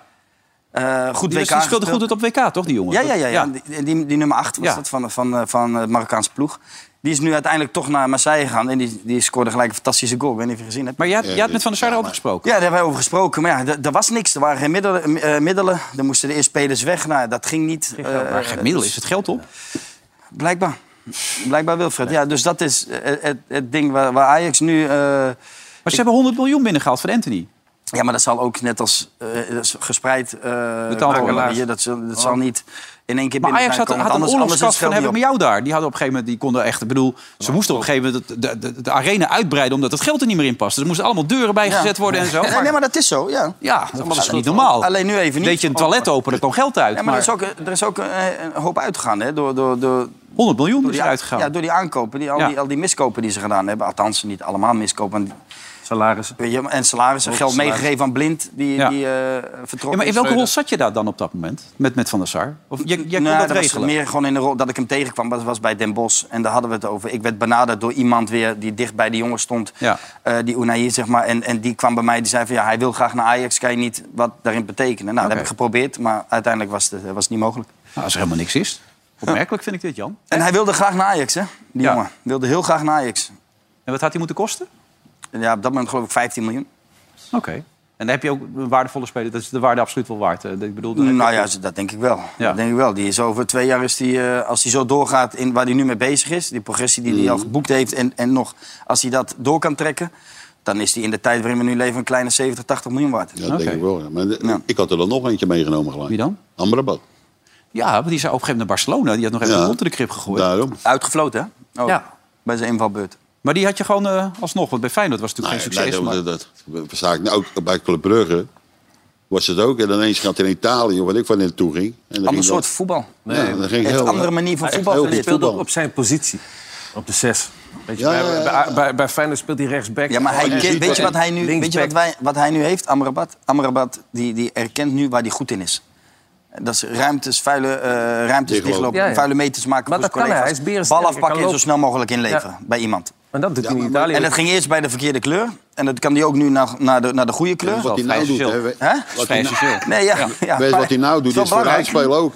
Uh, goed Die, W K die speelde gespeeld. goed uit op W K, toch, die jongen? Ja, ja, ja, ja. ja. Die, die, die nummer acht was Ja. dat van, van, van, van het Marokkaanse ploeg. Die is nu uiteindelijk toch naar Marseille gegaan. En die, die scoorde gelijk een fantastische goal. Ik weet niet of je gezien hebt. Maar jij, hebt- Ja, jij had met Van der Sar ja, over maar- gesproken. Ja, daar hebben wij over gesproken. Maar ja, er- er was niks. Er waren geen middelen. eh, middelen. Er moesten de eerste spelers weg. Nou, dat ging niet. Uh, Eh, maar geen middel, is het geld op? Blijkbaar. Blijkbaar Wilfred. Ja, dus dat is eh, het, het ding waar, waar Ajax nu... eh, Maar ze hebben honderd miljoen binnengehaald voor Anthony. ja, maar dat zal ook net als eh, dat is gespreid eh Betaald worden. worden. Je, Dat, zal, dat zal niet in één keer Maar binnen Ajax had, zijn had komen, een want anders, anders is oorlogskast het van geld heb ik niet met op. jou daar. Die hadden op een gegeven moment, die konden echt, ik bedoel, ze moesten op een gegeven moment de, de, de, de arena uitbreiden omdat het geld er niet meer in paste. Er moesten allemaal deuren bij gezet worden en zo. Nee, nee, maar dat is zo, ja. Ja, dat is niet normaal. Alleen nu even niet. Deed je een toilet open, er kwam geld uit. Ja, maar, maar er is ook, er is ook een, een hoop uitgegaan, hè, door, door, door, honderd miljoen door is die, eruit gegaan. ja, door die aankopen, die, al, Ja. die, al die miskopen die ze gedaan hebben. Althans, niet allemaal miskopen. maar- Salarissen. Weet je, en salarissen, geld salaris. meegegeven aan Blind, die, Ja. die uh, vertrok. Ja, maar in is. welke rol zat je daar dan op dat moment? Met, met Van der Sar? Of jij, jij kon Nou, dat dat was regelen? meer gewoon in de rol dat ik hem tegenkwam. Dat was bij Den Bosch. En daar hadden we het over. Ik werd benaderd door iemand weer die dicht bij die jongen stond. Ja. Uh, die Unai, zeg maar. En, en die kwam bij mij. Die zei van ja, hij wil graag naar Ajax. Kan je niet wat daarin betekenen? Nou, Oké. dat heb ik geprobeerd. Maar uiteindelijk was het, was het niet mogelijk. Nou, als er helemaal niks is. Opmerkelijk vind ik dit, Jan. En hij wilde graag naar Ajax, hè? Die Ja. jongen. Wilde heel graag naar Ajax. En wat had hij moeten kosten? En ja, op dat moment geloof ik vijftien miljoen. Oké. En dan heb je ook een waardevolle speler. Dat is de waarde absoluut wel waard. eh. Ik bedoel, dan heb je Nou ook- ja, dat denk ik wel. Ja. Dat denk ik wel. Die is over twee jaar, is die, uh, als hij zo doorgaat in waar hij nu mee bezig is... die progressie die hij al geboekt heeft en, en nog... als hij dat door kan trekken... dan is hij in de tijd waarin we nu leven een kleine zeventig, tachtig miljoen waard. Ja, dat Oké. denk ik wel. Ja. Maar de- Ja. ik had er dan nog eentje meegenomen gelijk. Wie dan? Amrabat. Ja, want die zei op een gegeven moment naar Barcelona. Die had nog even Ja. een rond in de krib gegooid. Daarom. Uitgefloten, hè? Oh, Ja. Bij zijn invalbeurt. Maar die had je gewoon uh, alsnog. Want bij Feyenoord was het natuurlijk Nee, geen succes. nee, maar... dat, dat, dat zag ik nou ook bij Club Brugge. Was het ook. En ineens gaat hij in Italië, wat ik van naartoe ging. En dan Ander ging soort dat- voetbal. Ja, dan ging Het is heel, een andere manier van echt voetbal heel geleerd. goed Speelde ook voetbal. op zijn positie. Op de zes. Weet je, Ja, bij, ja, ja. Bij, bij, bij Feyenoord speelt hij rechtsback. Ja, maar hij, je kent- ziet weet wat- je wat hij nu, weet je linksback. wat, wij, wat hij nu heeft, Amrabat? Amrabat die, die erkent nu waar hij goed in is. Dat is ruimtes, vuile uh, ruimtes Dichtlopen. dichtlopen, Ja, ja. vuile meters maken Maar voor dat zijn kan hij. collega's. Hij is berensterk, Bal hij afpakken kan en zo lopen. snel mogelijk inleveren bij iemand. En dat doet hij Ja, in maar- Italië. En dat ging eerst bij de verkeerde kleur. En dat kan hij ook nu naar, naar, de, naar de goede kleur. Wat hij vrij nou doet, essentieel. hè, we- Hè? wat Vrij hij nou- essentieel. Nee, ja, ja. weet je maar- wat hij nou doet? wel Is voor belangrijk. uitspelen ook, hè?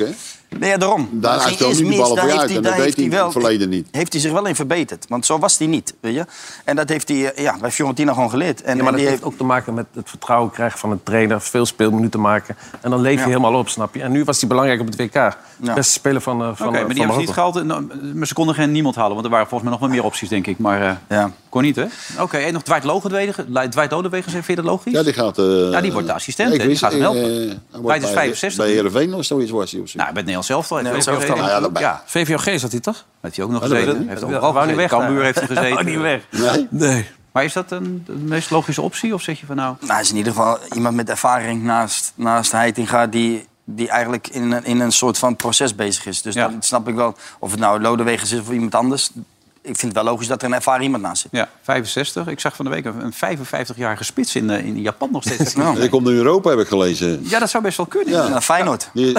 Nee, ja, daarom. Daar Als hij stoot is niet die mis, ballen daar voor heeft uit. hij- En daar dat heeft deed hij hij in wel- het verleden niet. Heeft hij zich wel in verbeterd. Want zo was hij niet, weet je. En dat heeft hij eh, ja, bij Fiorentina gewoon geleerd. En, Ja, maar en dat die heeft ook te maken met het vertrouwen krijgen van een trainer. Veel speelminuten maken. En dan leef je Ja. helemaal op, snap je? En nu was hij belangrijk op het W K. Beste speler van, uh, van, Oké, uh, maar die van hebben ze niet Marokko. gehaald. Nou, maar ze konden geen niemand halen, want er waren volgens mij nog wel meer opties, denk ik. Maar uh, Ja. kon niet, hè? Oké, en nog Dwight Lodewegen. Dwight Lodewegen, vind je dat logisch? Ja, die gaat... Uh, Ja, die wordt de assistent, ik hè? Die wist, gaat hem helpen. eh, hij Dwight wordt is bij- vijfenzestig. Bij Heerenveen of zoiets was hij. Of zo. Nou, bij het Nederlands elftal. heeft Nederlands hij ook elftal, gezeten. ja, dat- ja, V V O G zat hij toch? heeft hij ook nog Ja, dat gezeten. weet ik. Heeft Ja, overal wou gezeten. niet weg, Cambuur daar. heeft hij gezeten. Oh, niet weg. Nee? Nee. Maar is dat een, de meest logische optie? Of zeg je van nou... Nou, hij is in ieder geval iemand met ervaring naast, naast Heitinga... die, die eigenlijk in een, in een soort van proces bezig is. Dus Ja. dan snap ik wel, of het nou Lodewegen is of iemand anders... Ik vind het wel logisch dat er een ervaren iemand naast zit. Ja, vijfenzestig. Ik zag van de week een vijfenvijftigjarige spits in, uh, in Japan nog steeds. Nou, Die komt naar Europa, heb ik gelezen. Ja, dat zou best wel kunnen. Ja. naar Feyenoord. Die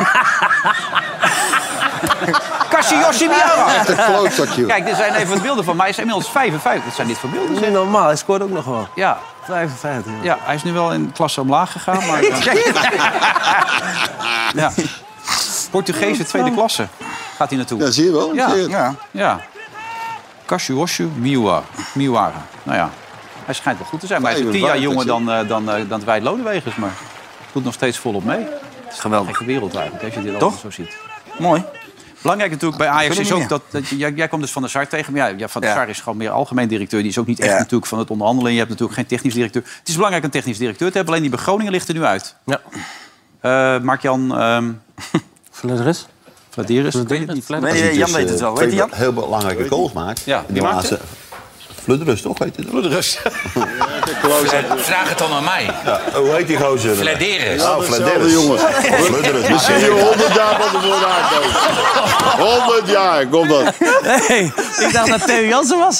Kashiyoshi Miyawa. echt een klootzakje. Kijk, dit zijn even wat beelden van mij. Hij is inmiddels vijfenvijftig. Dat zijn dit voor beelden, Niet zeg. normaal, hij scoort ook nog wel. Ja, vijfenvijftig. Ja. ja, hij is nu wel in klasse omlaag gegaan. Maar, uh, ja. Portugese tweede klasse gaat hij naartoe. Ja, zie je wel. Ja. Zie je? Ja. Ja. Kashiyoshi Miyawa. Miyawa. Nou ja, hij schijnt wel goed te zijn. Maar hij is tien jaar jonger dan, uh, dan, uh, dan Dwight Lodewegen. Maar doet nog steeds volop mee. Dat is geweldig. Gekke wereld eigenlijk, als je dit Toch? allemaal zo ziet. Mooi. Belangrijk natuurlijk bij Ajax Ik weet is het ook niet dat... dat je- jij, jij kwam dus Van der Sar tegen. Maar ja, ja, Van der Ja. Sar is gewoon meer algemeen directeur. Die is ook niet echt Ja. natuurlijk van het onderhandelen. Je hebt natuurlijk geen technisch directeur. Het is belangrijk een technisch directeur te hebben. Alleen die bij Groningen ligt er nu uit. Ja. Uh, Mark-Jan um, Flederis? Vladeris. Ik weet het niet. Nee, eh, Jan weet het wel. Weet je Jan? heel belangrijke goals maakt. Ja, die die maakt laatste. Fludderus, toch? Heet het? Vladeris. Vraag het dan aan mij. Ja, hoe heet die gozer? Flederis. Oh, Hetzelfde, Flederis. jongens. Fludderus. We zien je honderd jaar van tevoren aankomen. Honderd jaar, komt dat. Nee, ik dacht dat Theo Jansen was.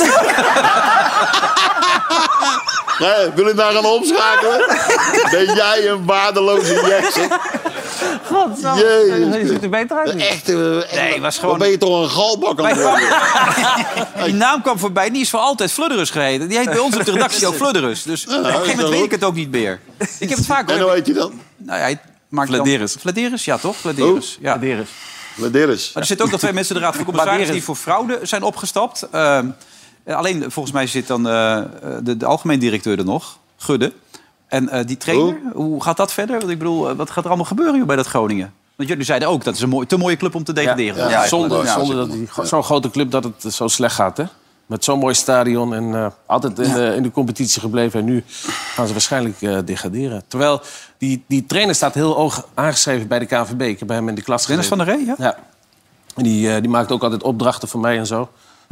Nee, wil ik daar gaan omschakelen? Ben jij een waardeloze Jackson? God, zo. Jezus. Je ziet er beter uit. Echt, uh, echt, Nee, was gewoon- dan ben je toch een galbak aan het worden. Die naam kwam voorbij. Die is voor altijd Fludderus geheten. Die heet bij ons op de redactie ook Fludderus. Dus op een gegeven is moment dat weet ook? ik het ook niet meer. Ik heb het vaak En hoor. hoe heet je dan? Nou, hij maakt Vladeris. Vladeris, ja toch? Vladeris. Ja. Flederis. Lederis. Maar er zitten ook nog twee mensen in de Raad van Commissarissen die voor fraude zijn opgestapt. Uh, alleen, volgens mij zit dan uh, de, de algemeen directeur er nog, Gudde. En uh, die trainer, oh. hoe gaat dat verder? Want ik bedoel, uh, wat gaat er allemaal gebeuren hier bij dat Groningen? Want jullie zeiden ook, dat is een mooi, te mooie club om te degraderen. Ja, Ja, ja, Zonde, ja, zonde ja. dat die, zo'n grote club dat het zo slecht gaat, hè? Met zo'n mooi stadion en uh, altijd in, de, in de competitie gebleven. En nu gaan ze waarschijnlijk uh, degraderen. Terwijl die, die trainer staat heel hoog aangeschreven bij de K N V B. Ik heb bij hem in de klas Dennis van gezeten. der Ree, ja? Ja. En die, uh, die maakt ook altijd opdrachten voor mij en zo.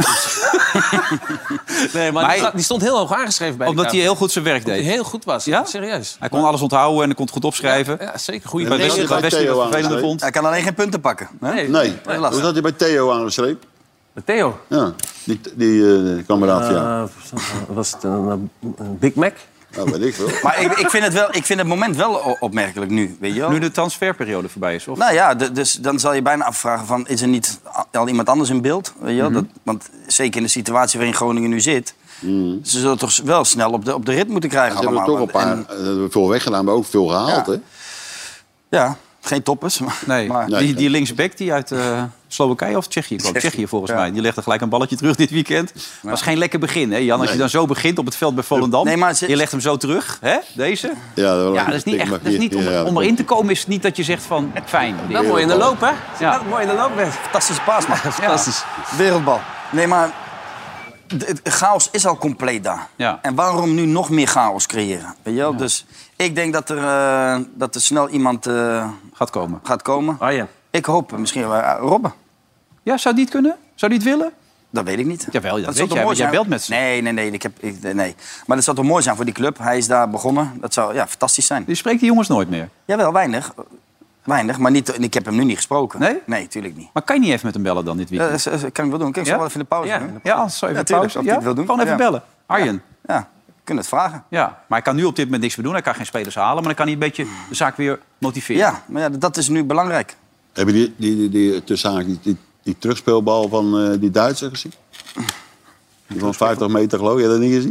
nee, maar, Maar die, hij- sta- die stond heel hoog aangeschreven bij Omdat de K hij N V B. heel goed zijn werk Die deed. heel goed was, Ja? serieus. Hij kon alles onthouden en hij kon het goed opschrijven. Ja, zeker. Goeie Bij Nee, Wesley dat wat is bij Wesley Theo wat vervelender aangeschreven. vond. Hij kan alleen geen punten pakken. Hè? Nee, Nee, Dat is lastig. hoe zat hij bij Theo aangeschreven? Met Theo. Ja, die, die uh, kameraad van jou. Uh, was het een, een Big Mac? Nou, weet ik veel. Maar ik, ik, vind het wel, ik vind het moment wel o- opmerkelijk nu. Weet je wel? Nu de transferperiode voorbij is, of? Nou ja, de- dus dan zal je bijna afvragen van... is er niet al iemand anders in beeld? Weet je wel? dat, want zeker in de situatie waarin Groningen nu zit... ze zullen toch wel snel op de, op de rit moeten krijgen Ze hebben allemaal. toch een paar En- uh, veel weggedaan, maar ook veel gehaald, Ja. hè? ja, geen toppers. Maar, Nee, maar- Nee. die, die linksback die uit uh, Slowakije of Tsjechië kwam. Tsjechië, Tsjechië volgens ja. mij. Die legde gelijk een balletje terug dit weekend. Was geen lekker begin, hè Jan? Als je Nee. dan zo begint op het veld bij Volendam. Nee, maar ze- Je legt hem zo terug, hè? Deze. Ja, wel Ja, een dat is niet tik, echt... maar Dat is niet, om, hier- ja, om erin te komen is het niet dat je zegt van... Fijn. Wel mooi in de loop, hè? Ja. Ja. Mooi in de loop, bent. Fantastische paas, man. Fantastisch. Wereldbal. Nee, maar de, de chaos is al compleet daar. Ja. En waarom nu nog meer chaos creëren? Weet je wel? Dus ik denk dat er, eh, dat er snel iemand eh, Gaat komen. gaat komen. Arjen. Ik hoop misschien wel uh, Robben. Ja, zou die het kunnen? Zou die het willen? Dat weet ik niet. Jawel, dat zou weet toch jij, mooi want jij zijn? belt met ze. Nee, nee, nee, ik heb, ik, nee. Maar dat zou toch mooi zijn voor die club? Hij is daar begonnen. Dat zou ja, fantastisch zijn. Die spreekt die jongens nooit meer. Jawel, weinig. Weinig, maar niet, ik heb hem nu niet gesproken. Nee? Nee, tuurlijk niet. Maar kan je niet even met hem bellen dan dit Ja, weekend? dat is- kan ik wel doen. Kan ik Ja? zo wel even in de pauze Ja. doen? Ja, zo even Ja, tuurlijk, pauze. of hij het wil doen. Gewoon even Ja. bellen. Arjen. Ja, we kunnen het vragen. Ja, maar hij kan nu op dit moment niks meer doen. Hij kan geen spelers halen, maar dan kan hij een beetje de zaak weer motiveren. Ja, maar ja, dat is nu belangrijk. Heb je die, die, die, die, tussen haakjes, die, die, die terugspeelbal van uh, die Duitser gezien? Die van vijftig meter geloof je, heb je dat niet gezien?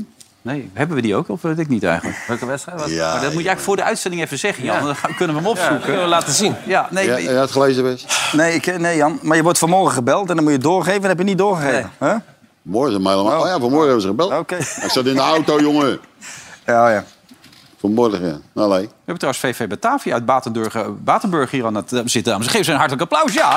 Nee, hebben we die ook of weet ik niet eigenlijk? Welke wedstrijd was het? Ja, Maar dat moet je eigenlijk voor de uitzending even zeggen, Jan. Ja. Dan gaan- kunnen we hem Ja, opzoeken. kunnen we laten zien. Ja, nee, Ja, nee. je had het gelezen, best. Nee, ik, nee, Jan. Maar je wordt vanmorgen gebeld en dan moet je doorgeven. En dat heb je niet doorgegeven. Huh? Morgen, maar oh. ja, vanmorgen hebben ze gebeld. Oké. Ik zat in de auto, jongen. Ja, ja. Vanmorgen, ja. Nou, nee. We hebben trouwens V V Batavia uit Batenburg, uh, Batenburg hier aan het uh, zitten. Dames. Geef ze een hartelijk applaus, ja.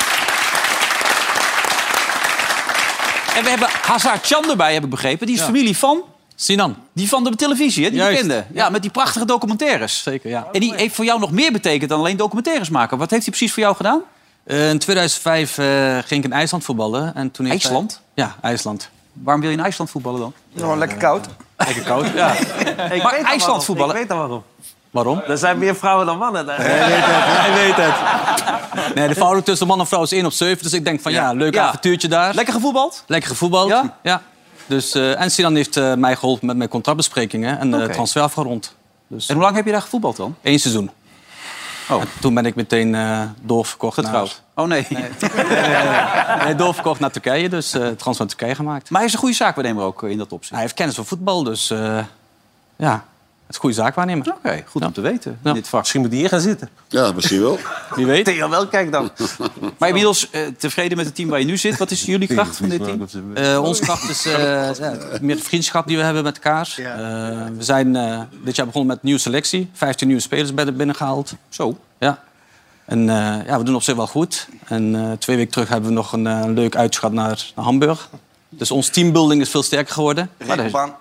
En we hebben Hazard Chan erbij, heb ik begrepen. Die is Ja. familie van... Sinan. Die van de televisie, hè? Die Juist. bekende. Ja, ja, met die prachtige documentaires. Zeker, ja. En die heeft voor jou nog meer betekend dan alleen documentaires maken. Wat heeft hij precies voor jou gedaan? Uh, in tweeduizend vijf uh, ging ik in IJsland voetballen. En toen heeft IJsland? Hij... Ja, IJsland. Waarom wil je in IJsland voetballen dan? Gewoon lekker koud. Lekker koud, ja. Maar IJsland voetballen... Ik weet al waarom. Waarom? Er zijn meer vrouwen dan mannen daar. Hij weet het, hij weet het. Nee, de verhouding tussen man en vrouw is één op zeven. Dus ik denk van ja, leuk Ja. avontuurtje daar. Lekker gevoetbald? Lekker gevoetbald. Ja? Ja. Dus, uh, en Sinan heeft uh, mij geholpen met mijn contractbesprekingen en de Oké. uh, transfer afgerond. Dus En hoe lang heb je daar gevoetbald dan? één seizoen. Oh. En toen ben ik meteen uh, doorverkocht Getrouwd? naar... Oh, nee. Nee. nee, nee, doorverkocht naar Turkije, dus uh, transfer naar Turkije gemaakt. Maar hij is een goede zaakwaarnemer ook uh, in dat opzicht. Hij heeft kennis van voetbal, dus uh, ja, het is een goede zaakwaarnemer. Oké, okay, goed Ja. om te weten. Ja. In dit vak. Misschien moet hij hier gaan zitten. Ja, misschien wel. Wie weet. Theo wel, kijk dan. Maar inmiddels uh, tevreden met het team waar je nu zit. Wat is jullie kracht van dit team? Uh, onze kracht is uh, ja, meer de vriendschap die we hebben met elkaar. Uh, we zijn uh, dit jaar begonnen met een nieuwe selectie. vijftien nieuwe spelers bij de binnengehaald. Zo. Ja. En uh, ja, we doen op zich wel goed. En uh, twee weken terug hebben we nog een uh, leuk uitje gehad naar, naar Hamburg. Dus onze teambuilding is veel sterker geworden. Maar dat is... Ja,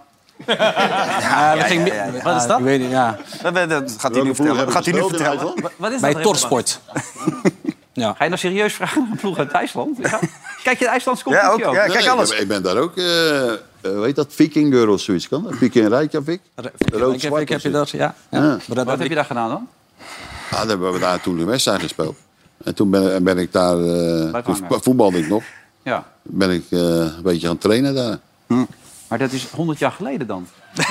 we gingen- ja, ja. Wat is dat? Ik weet niet, ja. Dat, dat gaat hij nu vertellen. Dat gaat hij nu vertellen. Wat is Bij dat? Torsport. Ja. Ga je nou serieus vragen naar een ploeg uit IJsland? Ja. Kijk je de IJslandse Ja, competitie ook. ook? Ja, Nee, kijk nee, alles. Ik, ik ben daar ook, uh, uh, weet dat, Viking Girl of zoiets kan. Viking Reykjavik. Ik heb, ik heb je dat, ja. ja. Ja. Maar dat Wat heb heb ik- je daar gedaan dan? Ja, dan hebben we daar toen een wedstrijd gespeeld. En toen ben, ben ik daar, uh, Bij toen Vangen. voetbalde ik nog, Ja. ben ik uh, een beetje gaan trainen daar. Maar dat is honderd jaar geleden dan.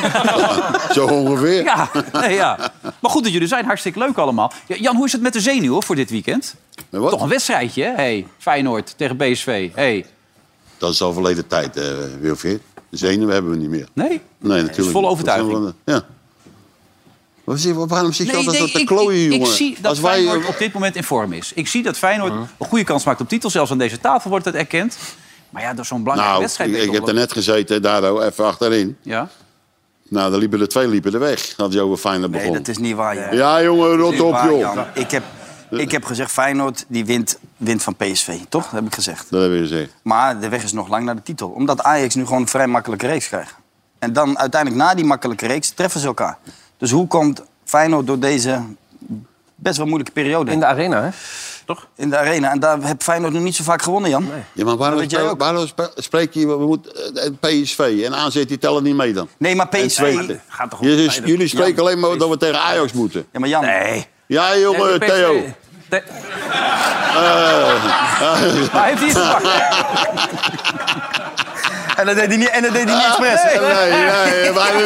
Zo ongeveer. Ja, nee, ja. Maar goed dat jullie zijn. Hartstikke leuk allemaal. Ja, Jan, hoe is het met de zenuwen voor dit weekend? En wat? Toch een wedstrijdje, hè? Hey, Feyenoord tegen B S V. Hey. Dat is al verleden tijd, uh, Wilfried. De zenuwen hebben we niet meer. Nee? Nee, natuurlijk. is volle niet. overtuiging. Dat zijn we- Ja. Wat zie je- Waarom zit je Nee, altijd nee, zo te ik, klooien, ik, jongen? ik zie dat Als wij, Feyenoord op dit moment in vorm is. Ik zie dat Feyenoord een goede kans maakt op titel. Zelfs aan deze tafel wordt het erkend. Maar ja, dat is zo'n belangrijke nou, wedstrijd. ik, denk ik ik heb wel. er net gezeten, daar ook, even achterin. Ja? Nou, dan liepen er twee liepen er weg. Dat je over Feyenoord Nee, begon. dat is niet waar, Jan. Ja, jongen, Dat rot is op, niet waar, joh. Jan. Ik heb, ik heb gezegd, Feyenoord die wint, wint van P S V. Toch? Dat heb ik gezegd. Dat heb je gezegd. Maar de weg is nog lang naar de titel. Omdat Ajax nu gewoon een vrij makkelijke reeks krijgt. En dan uiteindelijk na die makkelijke reeks treffen ze elkaar. Dus hoe komt Feyenoord door deze best wel moeilijke periode In de arena, hè? Toch? in de arena? En daar heb Feyenoord nog niet zo vaak gewonnen, Jan. Nee, Ja, maar waarom, Dat weet jij speel- ook. waarom spe- spreek je... We moeten, eh, P S V en A Z die tellen niet mee dan. maar En P S V... Twente. Gaat toch Jullie, om- jullie spreken alleen maar dat we tegen Ajax moeten. Ja, maar Jan... Nee. Ja, jongen, Theo. Te- Maar heeft hij het gepakt? En dat deed hij niet, en dat deed hij niet expres. Nee, nee, nee, maar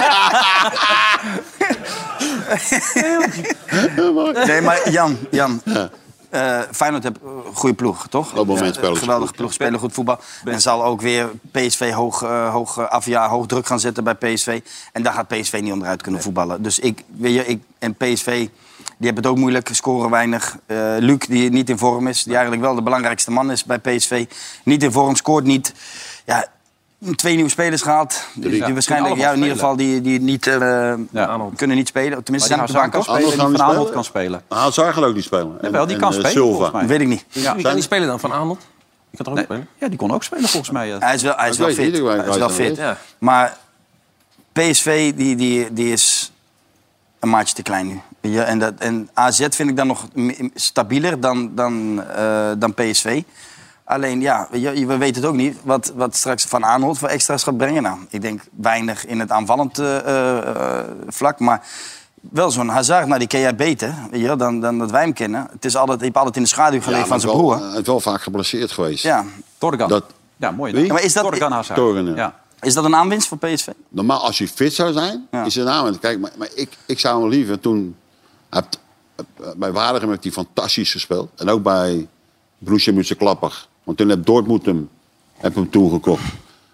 niet. Nee, maar Jan, Jan. eh Feyenoord heeft een goede ploeg, toch? Op het moment spelen Een ze geweldige goed. ploeg, spelen goed voetbal. En zal ook weer P S V hoog, eh, hoog eh, afja, hoog druk gaan zetten bij P S V. En daar gaat P S V niet onderuit kunnen voetballen. Dus ik, weet je, ik en P S V, die hebben het ook moeilijk, scoren weinig. Eh Luc, die niet in vorm is, die eigenlijk wel de belangrijkste man is bij P S V. Niet in vorm, scoort niet. Ja, twee nieuwe spelers gehaald. Die, die Ja, waarschijnlijk, kunnen ja, in ieder geval, die, die niet, eh, Ja. kunnen niet spelen. Tenminste, Maar zijn die op de bank Hazard kan ook. spelen en Anders die gaan Van we Aanholt spelen. kan spelen. Haal Zargel ook niet spelen. En- Jawel, die kan en, eh, spelen, Silva. volgens mij. Weet ik niet. Ja. Wie kan niet spelen dan? Van Arnold? Die kan toch ook Nee, spelen? ja, die kon ook spelen volgens mij. Ja. Hij is wel, hij is Ik wel weet fit. niet, ik weet- Hij is ik wel weet fit. het niet. Ja. Maar P S V die, die, die is een maatje te klein nu. Weet je? En, dat, en A Z vind ik dan nog m- stabieler dan, dan, eh, dan P S V. Alleen, ja, weet je, we weten het ook niet wat, wat straks Van Aanholt voor extra's gaat brengen. Nou, ik denk weinig in het aanvallend uh, uh, vlak, maar wel zo'n Hazard, nou, die ken jij beter weet je, dan, dan dat wij hem kennen. Het is altijd, hij heeft altijd in de schaduw Ja, geleefd maar van zijn wel- broer. Hij is wel vaak geblesseerd geweest. Ja. Torgan. Dat, Ja, mooi. Wie? Ja, maar is dat, Torgan Hazard. Torgan, ja. Ja. is dat een aanwinst voor P S V? normaal, als hij fit zou zijn, Ja. is het een aanwending. Kijk, maar, maar ik, ik zou hem liever toen... Hij heeft- bij Waregem heeft hij fantastisch gespeeld. En ook bij Borussia Mönchengladbach. Want toen heb Dortmund hem, heb hem toegekocht. Maar de-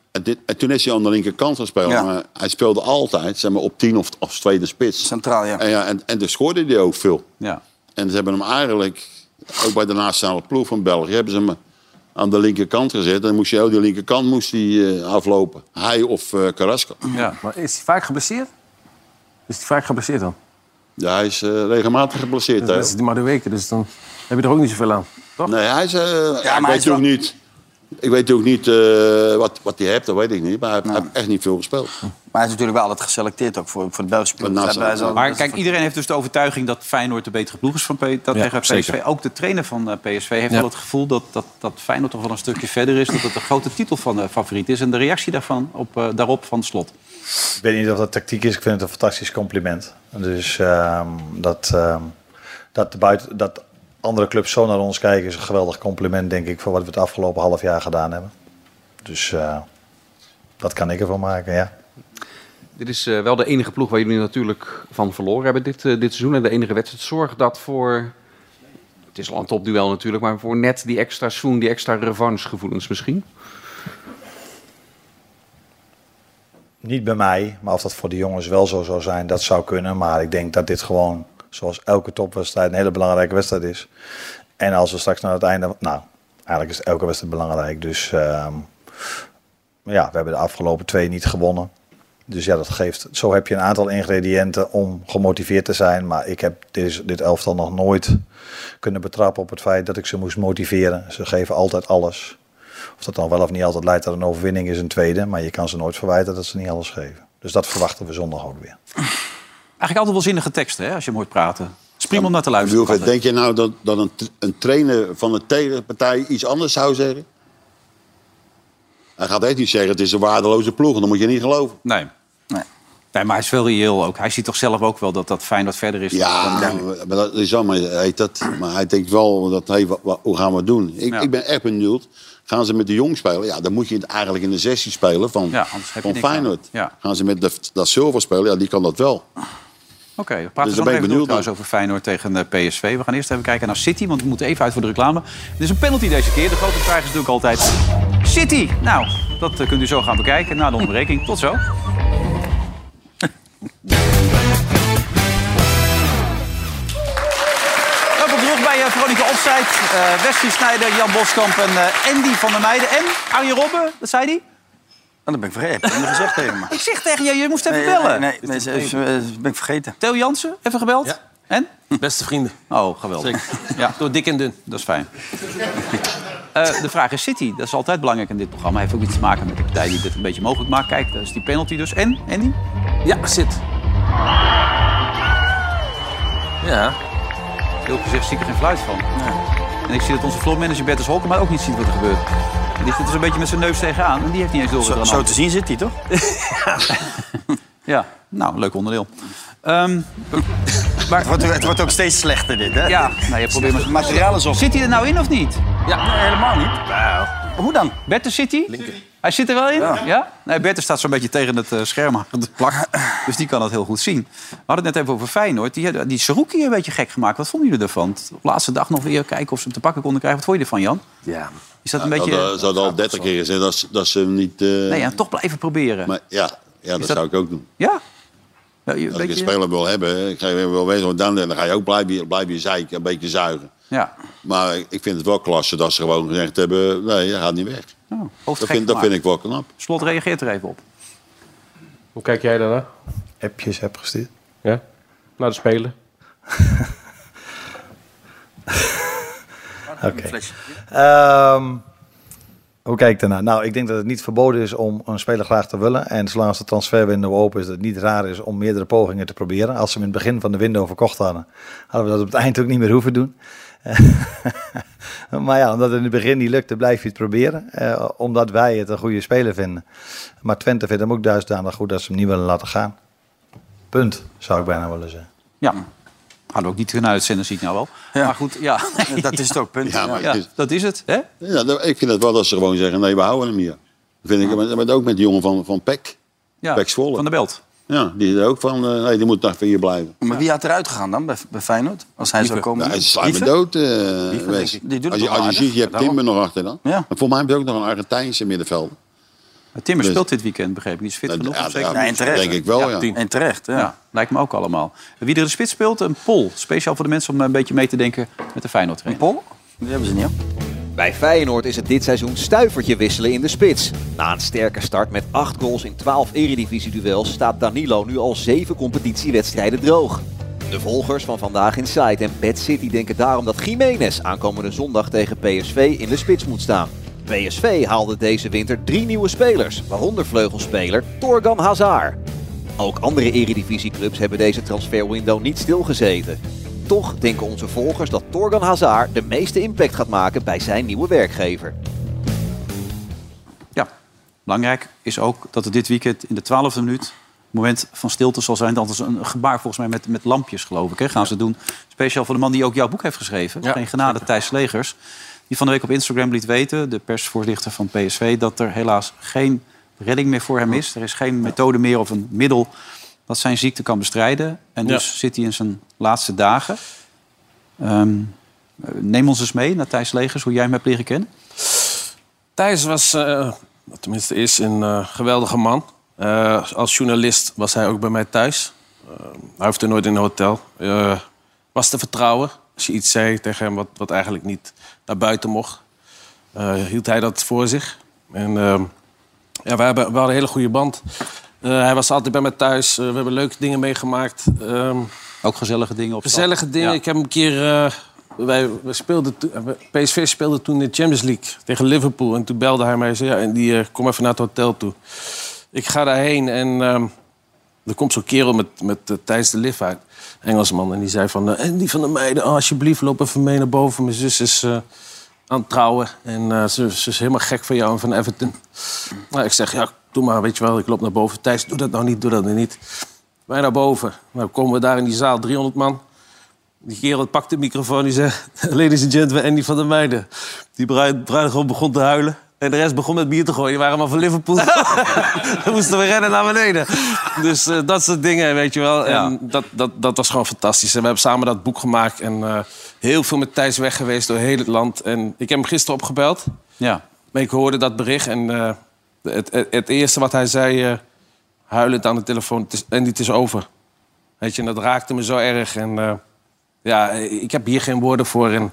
En, dit, en toen is hij aan de linkerkant gespeeld. Ja. Maar hij speelde altijd zeg maar, op tien of als tweede spits. Centraal, ja. En, ja, en, en dus scoorde hij ook veel. Ja. En ze hebben hem eigenlijk, ook bij de nationale ploeg van België, hebben ze hem aan de linkerkant gezet. En dan moest hij ook de linkerkant moest hij, uh, aflopen. Hij of uh, Carrasco. Ja. Maar is hij vaak geblesseerd? Is hij vaak geblesseerd dan? Ja, hij is uh, regelmatig geblesseerd. Dat is die maar de weken, dus dan heb je er ook niet zoveel aan. Toch? Nee, hij is... Uh, ja, ik maar hij weet is wel... ook niet... Ik weet ook niet uh, wat, wat hij heeft, dat weet ik niet. Maar hij Ja. heeft echt niet veel gespeeld. Maar hij is natuurlijk wel altijd geselecteerd ook voor, voor de Belgische ploeg. Maar Dat hebben wij zo- Maar dat kijk, is- iedereen heeft dus de overtuiging dat Feyenoord de betere ploeg is van P- dat Ja, tegen P S V. zeker. Ook de trainer van uh, P S V heeft Ja. wel het gevoel dat, dat, dat Feyenoord toch wel een stukje verder is. Dat het een grote titel van de favoriet is. En de reactie daarvan op, uh, daarop van Slot. Ik weet niet of dat tactiek is. Ik vind het een fantastisch compliment. Dus uh, dat, uh, dat, de buiten, dat andere clubs zo naar ons kijken is een geweldig compliment, denk ik, voor wat we het afgelopen half jaar gedaan hebben. Dus uh, dat kan ik ervan maken, ja. Dit is uh, wel de enige ploeg waar jullie natuurlijk van verloren hebben dit, uh, dit seizoen. En de enige wedstrijd. Zorgt dat voor... Het is al een topduel natuurlijk, maar voor net die extra swoon, die extra revanchegevoelens misschien? Niet bij mij, maar of dat voor de jongens wel zo zou zijn, dat zou kunnen. Maar ik denk dat dit gewoon, zoals elke topwedstrijd, een hele belangrijke wedstrijd is. En als we straks naar het einde... Nou, eigenlijk is elke wedstrijd belangrijk. Dus uh, ja, we hebben de afgelopen twee niet gewonnen. Dus ja, dat geeft... Zo heb je een aantal ingrediënten om gemotiveerd te zijn. Maar ik heb dit, dit elftal nog nooit kunnen betrappen op het feit dat ik ze moest motiveren. Ze geven altijd alles. Of dat dan wel of niet altijd leidt tot een overwinning is een tweede. Maar je kan ze nooit verwijten dat ze niet alles geven. Dus dat verwachten we zondag ook weer. Eigenlijk altijd wel zinnige teksten, hè, als je hem hoort praten. Het is prima om naar te luisteren. Wilfred, denk je nou dat, dat een, een trainer van een tegenpartij iets anders zou zeggen? Hij gaat echt niet zeggen, het is een waardeloze ploeg. Dan moet je niet geloven. Nee. nee. Nee, maar hij is wel reëel ook. Hij ziet toch zelf ook wel dat dat Feyenoord verder is. Ja, dan... maar dat is allemaal heet dat. Maar hij denkt wel, dat, hey, wat, wat, hoe gaan we het doen? Ik, Ja. ik ben echt benieuwd. Gaan ze met de jong spelen? Ja, dan moet je het eigenlijk in de zestien spelen van, Ja, anders heb je van niks aan. Feyenoord. Ja. Gaan ze met de, dat Silver spelen? Ja, die kan dat wel. Oké, okay, we praten Dus zo daar nog ben ik even door benieuwd trouwens over Feyenoord tegen de P S V. We gaan eerst even kijken naar City, want we moeten even uit voor de reclame. Het is een penalty deze keer. De grote vraag is natuurlijk altijd City. Nou, dat uh, kunt u zo gaan bekijken na de onderbreking. Tot zo. Welkom terug bij uh, Veronica Offside. Uh, Wesley Sneijder, Jan Boskamp en uh, Andy van der Meijden. En Arjen Robben, dat zei hij? Oh, dat ben ik vergeten. Dat heb je gezegd tegen me. Ik zeg tegen je, je moest even Nee, bellen. Nee, nee, nee, nee, nee, ben ik vergeten. Theo Jansen, even gebeld? Ja. En? Beste vrienden. Oh, geweldig. Ja, Door dik en dun. dat is fijn. Uh, de vraag is City. Dat is altijd belangrijk in dit programma. Heeft ook iets te maken met de partij die dit een beetje mogelijk maakt. Kijk, dat is die penalty dus. En, Andy? Ja, zit. Ja. Heel gezegd zie ik er geen fluit van. En ik zie dat onze floormanager Bertus Holkema ook niet ziet wat er gebeurt. En die zit dus een beetje met zijn neus tegenaan. En die heeft niet eens door wat er Zo, aan de zo hand te is. zien zit hij, toch? Ja, nou, leuk onderdeel. Um, maar, Het wordt, het wordt ook steeds slechter, dit, hè? ja, nou, je probeert maar... Materiaal is op. Zit hij er nou in of niet? Ja, nee, helemaal niet. Nou. Hoe dan? Bertus zit hij? Hij zit er wel in? Ja. ja? Nee, Bertus staat zo'n beetje tegen het uh, scherm aan de plak. Dus die kan dat heel goed zien. We hadden het net even over Feyenoord. Die hadden die Saruki een beetje gek gemaakt. Wat vonden jullie ervan? Op de laatste dag nog weer kijken of ze hem te pakken konden krijgen. Wat vond je ervan, Jan? Ja. Is dat een Ja, beetje... dat, uh, zou al dertig keer gezegd dat, ze- dat ze hem niet... Uh, Nee, ja, toch blijven proberen. maar ja, ja dat, dat- zou ik ook doen. Ja? Ja, je- Als beetje- ik een speler wil hebben, ik ga je wel weten wat dan, dan ga je ook blijven, blijven zeiken, een beetje zuigen. Ja. Maar ik vind het wel klasse dat ze gewoon gezegd hebben, nee, je gaat niet weg. Oh, hoofd Dat gek vind, dat gemaakt. vind ik wel knap. Slot reageert er even op. Hoe kijk jij daarna? Appjes heb gestuurd. Ja? Naar de Spelen. Oké. Um, hoe kijk ik daarna? Nou, ik denk dat het niet verboden is om een speler graag te willen. En zolang als de transferwindow open is, dat het niet raar is om meerdere pogingen te proberen. Als ze hem in het begin van de window verkocht hadden, hadden we dat op het eind ook niet meer hoeven doen. Maar ja, omdat het in het begin niet lukte, blijf je het proberen. Uh, omdat wij het een goede speler vinden. Maar Twente vindt hem ook dusdanig goed dat ze hem niet willen laten gaan. Punt, zou ik bijna willen zeggen. Ja. Hadden we ook niet kunnen uitzenden, zie ik nou wel. Ja. Maar goed, ja. Dat is het ook, punt. Ja, maar Ja, het is- dat is het, hè? ja, dat- ik vind het wel dat ze gewoon zeggen, nee, we houden hem hier. Dat vind ik, maar- maar ook met die jongen van, van P E C. Ja, Pek Zwolle. van de Belt. Ja, die is ook van, uh, nee, die moet nog hier blijven. Maar wie had eruit gegaan dan bij, bij Feyenoord? Als hij zou Lieve. komen? Nou, hij slaat me Lieve? dood, uh, denk Wes. ik. Die doet het Als je, wel als je aardig. ziet, je hebt Daarom. Timber nog achter dan. Ja. Maar voor mij heb je ook nog een Argentijnse middenvelder. Timmer Dus- speelt dit weekend, begreep ik. Die is fit genoeg. Ja, om zeker ja, te en terecht. denk ik wel, ja. En terecht, ja. Ja, lijkt me ook allemaal. Wie er de spits speelt, een poll. Speciaal voor de mensen om een beetje mee te denken met de Feyenoord trainer. Pol? Die hebben ze niet, hoor. Bij Feyenoord is het dit seizoen stuivertje wisselen in de spits. Na een sterke start met acht goals in twaalf eredivisie-duels staat Danilo nu al zeven competitiewedstrijden droog. De volgers van Vandaag Inside en Bad City denken daarom dat Jiménez aankomende zondag tegen P S V in de spits moet staan. P S V haalde deze winter drie nieuwe spelers, waaronder vleugelspeler Torgan Hazard. Ook andere eredivisieclubs hebben deze transferwindow niet stilgezeten. Toch denken onze volgers dat Torgan Hazard de meeste impact gaat maken bij zijn nieuwe werkgever. Ja, belangrijk is ook dat er dit weekend in de twaalfde minuut... het moment van stilte zal zijn. Dat is een gebaar volgens mij met, met lampjes, geloof ik. Hè? Gaan ze doen. Speciaal voor de man die ook jouw boek heeft geschreven. Ja. Geen genade, Thijs Legers. Die van de week op Instagram liet weten, de persvoorlichter van P S V... dat er helaas geen redding meer voor hem is. Er is geen methode meer of een middel dat zijn ziekte kan bestrijden. En dus Ja. zit hij in zijn laatste dagen. Um, neem ons eens mee naar Thijs Legers, hoe jij hem hebt leren kennen. Thijs was, uh, tenminste is, een uh, geweldige man. Uh, als journalist was hij ook bij mij thuis. Uh, hij hoefde nooit in een hotel. Uh, was te vertrouwen. Als je iets zei tegen hem wat, wat eigenlijk niet naar buiten mocht, uh, hield hij dat voor zich. En uh, ja, we, hebben, we hadden een hele goede band. Uh, hij was altijd bij mij thuis. Uh, we hebben leuke dingen meegemaakt. Um, ook gezellige dingen op Gezellige stad. dingen. Ja. Ik heb een keer... Uh, wij, we speelden to, P S V speelde toen in de Champions League tegen Liverpool. En toen belde hij mij en zei... Ja, en die, uh, kom even naar het hotel toe. Ik ga daarheen en... Um, er komt zo'n kerel met, met uh, Thijs de Lift uit. Engelsman. En die zei van... Uh, en die van de meiden, oh, alsjeblieft, loop even mee naar boven. Mijn zus is uh, aan het trouwen. En uh, ze, ze is helemaal gek van jou en van Everton. Nou, ik zeg, ja, doe maar, weet je wel. Ik loop naar boven. Thijs, doe dat nou niet, doe dat nou niet. Wij naar boven. Nou komen we daar in die zaal, driehonderd man. Die kerel pakt de microfoon en zegt... Ladies and gentlemen, Andy van der Meijden. Die bruid, bruidegom begon te huilen. En de rest begon met bier te gooien. Die waren allemaal van Liverpool. Dan moesten we rennen naar beneden. Dus uh, dat soort dingen, weet je wel. Ja. En dat, dat, dat was gewoon fantastisch. En we hebben samen dat boek gemaakt. En uh, heel veel met Thijs weg geweest door heel het land. En ik heb hem gisteren opgebeld. Ja. Maar ik hoorde dat bericht. En uh, het, het, het eerste wat hij zei... Uh, huilend aan de telefoon. Het is, en het is over. Weet je, en dat raakte me zo erg. En uh, ja, ik heb hier geen woorden voor. En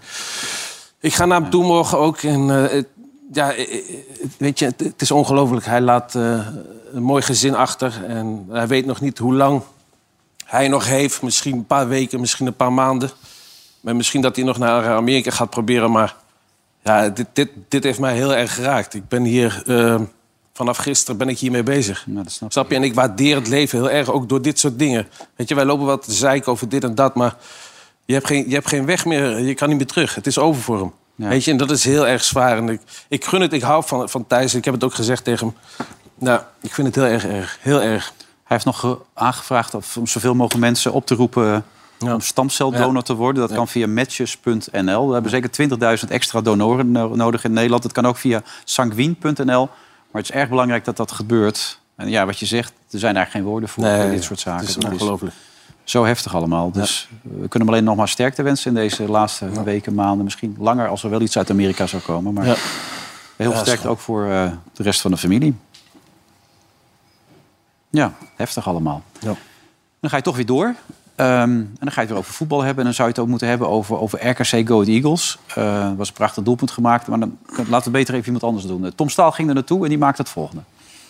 ik ga naar hem toe morgen ook. En uh, het, ja, weet je, het, het is ongelooflijk. Hij laat uh, een mooi gezin achter. En hij weet nog niet hoe lang hij nog heeft. Misschien een paar weken, misschien een paar maanden. Maar misschien dat hij nog naar Amerika gaat proberen. Maar ja, dit, dit, dit heeft mij heel erg geraakt. Ik ben hier... Uh, Vanaf gisteren ben ik hiermee bezig. Ja, dat snap, snap je? En ik waardeer het leven heel erg, ook door dit soort dingen. Weet je, wij lopen wat te zeiken over dit en dat, maar je hebt geen, je hebt geen weg meer. Je kan niet meer terug. Het is over voor hem. Ja. Weet je, en dat is heel erg zwaar. En ik, ik gun het, ik hou van, van Thijs. Ik heb het ook gezegd tegen hem. Nou, ik vind het heel erg erg. Heel erg. Hij heeft nog aangevraagd om zoveel mogelijk mensen op te roepen... Ja. om stamceldonor ja. te worden. Dat ja. kan via matches punt n l. We hebben zeker twintigduizend extra donoren nodig in Nederland. Het kan ook via sanguine punt n l. Maar het is erg belangrijk dat dat gebeurt. En ja, wat je zegt, er zijn daar geen woorden voor. Nee, dit soort zaken. Het is ongelooflijk. Zo heftig allemaal. Dus ja. we kunnen hem alleen nog maar sterkte wensen in deze laatste ja. weken, maanden. Misschien langer als er wel iets uit Amerika zou komen. Maar ja. heel ja, sterk ook voor uh, de rest van de familie. Ja, heftig allemaal. Ja. Dan ga je toch weer door. Um, en dan ga je het weer over voetbal hebben. En dan zou je het ook moeten hebben over, over R K C Go Ahead Eagles. Uh, er was een prachtig doelpunt gemaakt. Maar dan laten we beter even iemand anders doen. Uh, Tom Staal ging er naartoe en die maakte het volgende.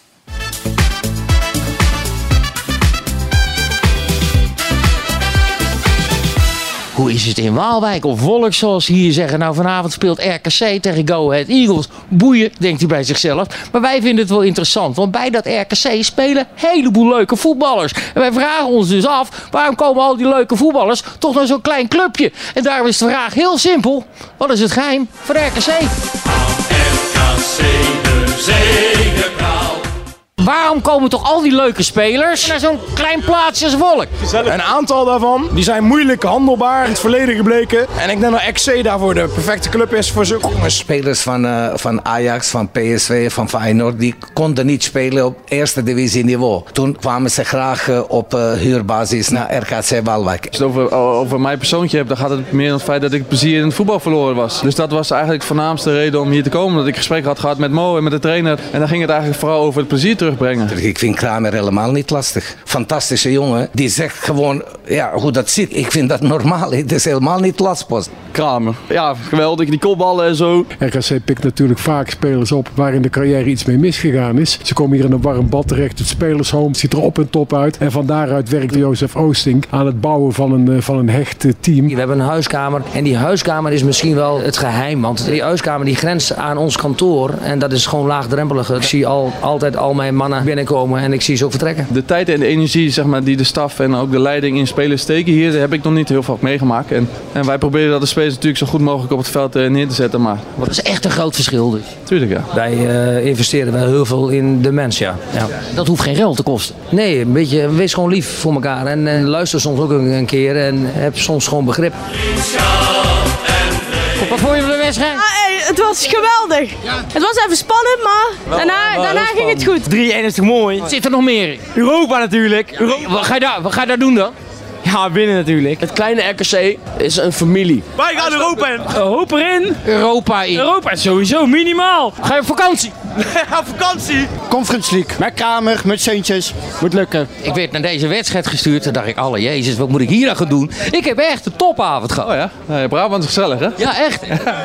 Hoe is het in Waalwijk of Wolk, zoals ze hier zeggen? Nou, vanavond speelt R K C tegen Go Ahead Eagles. Boeien, denkt hij bij zichzelf. Maar wij vinden het wel interessant, want bij dat R K C spelen een heleboel leuke voetballers. En wij vragen ons dus af, waarom komen al die leuke voetballers toch naar zo'n klein clubje? En daarom is de vraag heel simpel. Wat is het geheim van R K C? R K C de zegepraal. Waarom komen toch al die leuke spelers naar zo'n klein plaatsje als Wolk? Een aantal daarvan die zijn moeilijk handelbaar in het verleden gebleken. En ik denk dat X C daarvoor de perfecte club is voor zulke jongens. Spelers van, uh, van Ajax, van P S V, van Feyenoord, die konden niet spelen op eerste divisie niveau. Toen kwamen ze graag uh, op uh, huurbasis naar R K C Waalwijk. Als je het over, over mijn persoontje hebt, dan gaat het meer om het feit dat ik het plezier in het voetbal verloren was. Dus dat was eigenlijk de voornaamste reden om hier te komen. Dat ik gesprek had gehad met Mo en met de trainer. En dan ging het eigenlijk vooral over het plezier terugbrengen. Ik vind Kramer helemaal niet lastig. Fantastische jongen. Die zegt gewoon ja, hoe dat zit. Ik vind dat normaal. Het is helemaal niet lastpost. Kramer. Ja, geweldig. Die kopballen en zo. R K C pikt natuurlijk vaak spelers op waar in de carrière iets mee misgegaan is. Ze komen hier in een warm bad terecht. Het spelershome ziet er op en top uit. En van daaruit werkte Jozef Oosting aan het bouwen van een, van een hecht team. We hebben een huiskamer. En die huiskamer is misschien wel het geheim. Want die huiskamer die grenst aan ons kantoor. En dat is gewoon laagdrempelig. Ik zie al, altijd al mijn mannen binnenkomen en ik zie ze ook vertrekken. De tijd en de energie zeg maar, die de staf en ook de leiding in spelers steken hier, daar heb ik nog niet heel veel meegemaakt. En, en wij proberen dat de spelers natuurlijk zo goed mogelijk op het veld uh, neer te zetten. Maar wat... Dat is echt een groot verschil dus. Tuurlijk ja. Wij uh, investeren wel heel veel in de mens, ja. ja. Dat hoeft geen geld te kosten. Nee, een beetje, wees gewoon lief voor elkaar. En, en luister soms ook een, een keer en heb soms gewoon begrip. Wat vond je van de wedstrijd? Ah, hey, het was geweldig. Ja. Het was even spannend, maar daarna, wel, daarna ging het goed. drie één is toch mooi? Zit er nog meer in? Europa natuurlijk. Europa. Wat, ga je daar, wat ga je daar doen dan? Ja, binnen natuurlijk. Het kleine R K C is een familie. Wij gaan Europa in. Europa in. Europa in. Europa sowieso, minimaal. Ga je op vakantie? Ja, vakantie. Conference League. Met Kramer, met Zeuntjes. Moet lukken. Ik werd naar deze wedstrijd gestuurd. Toen dacht ik, alle jezus, wat moet ik hier aan gaan doen? Ik heb echt een topavond gehad. Oh ja? Nee, Brabant is gezellig, hè? Ja, echt.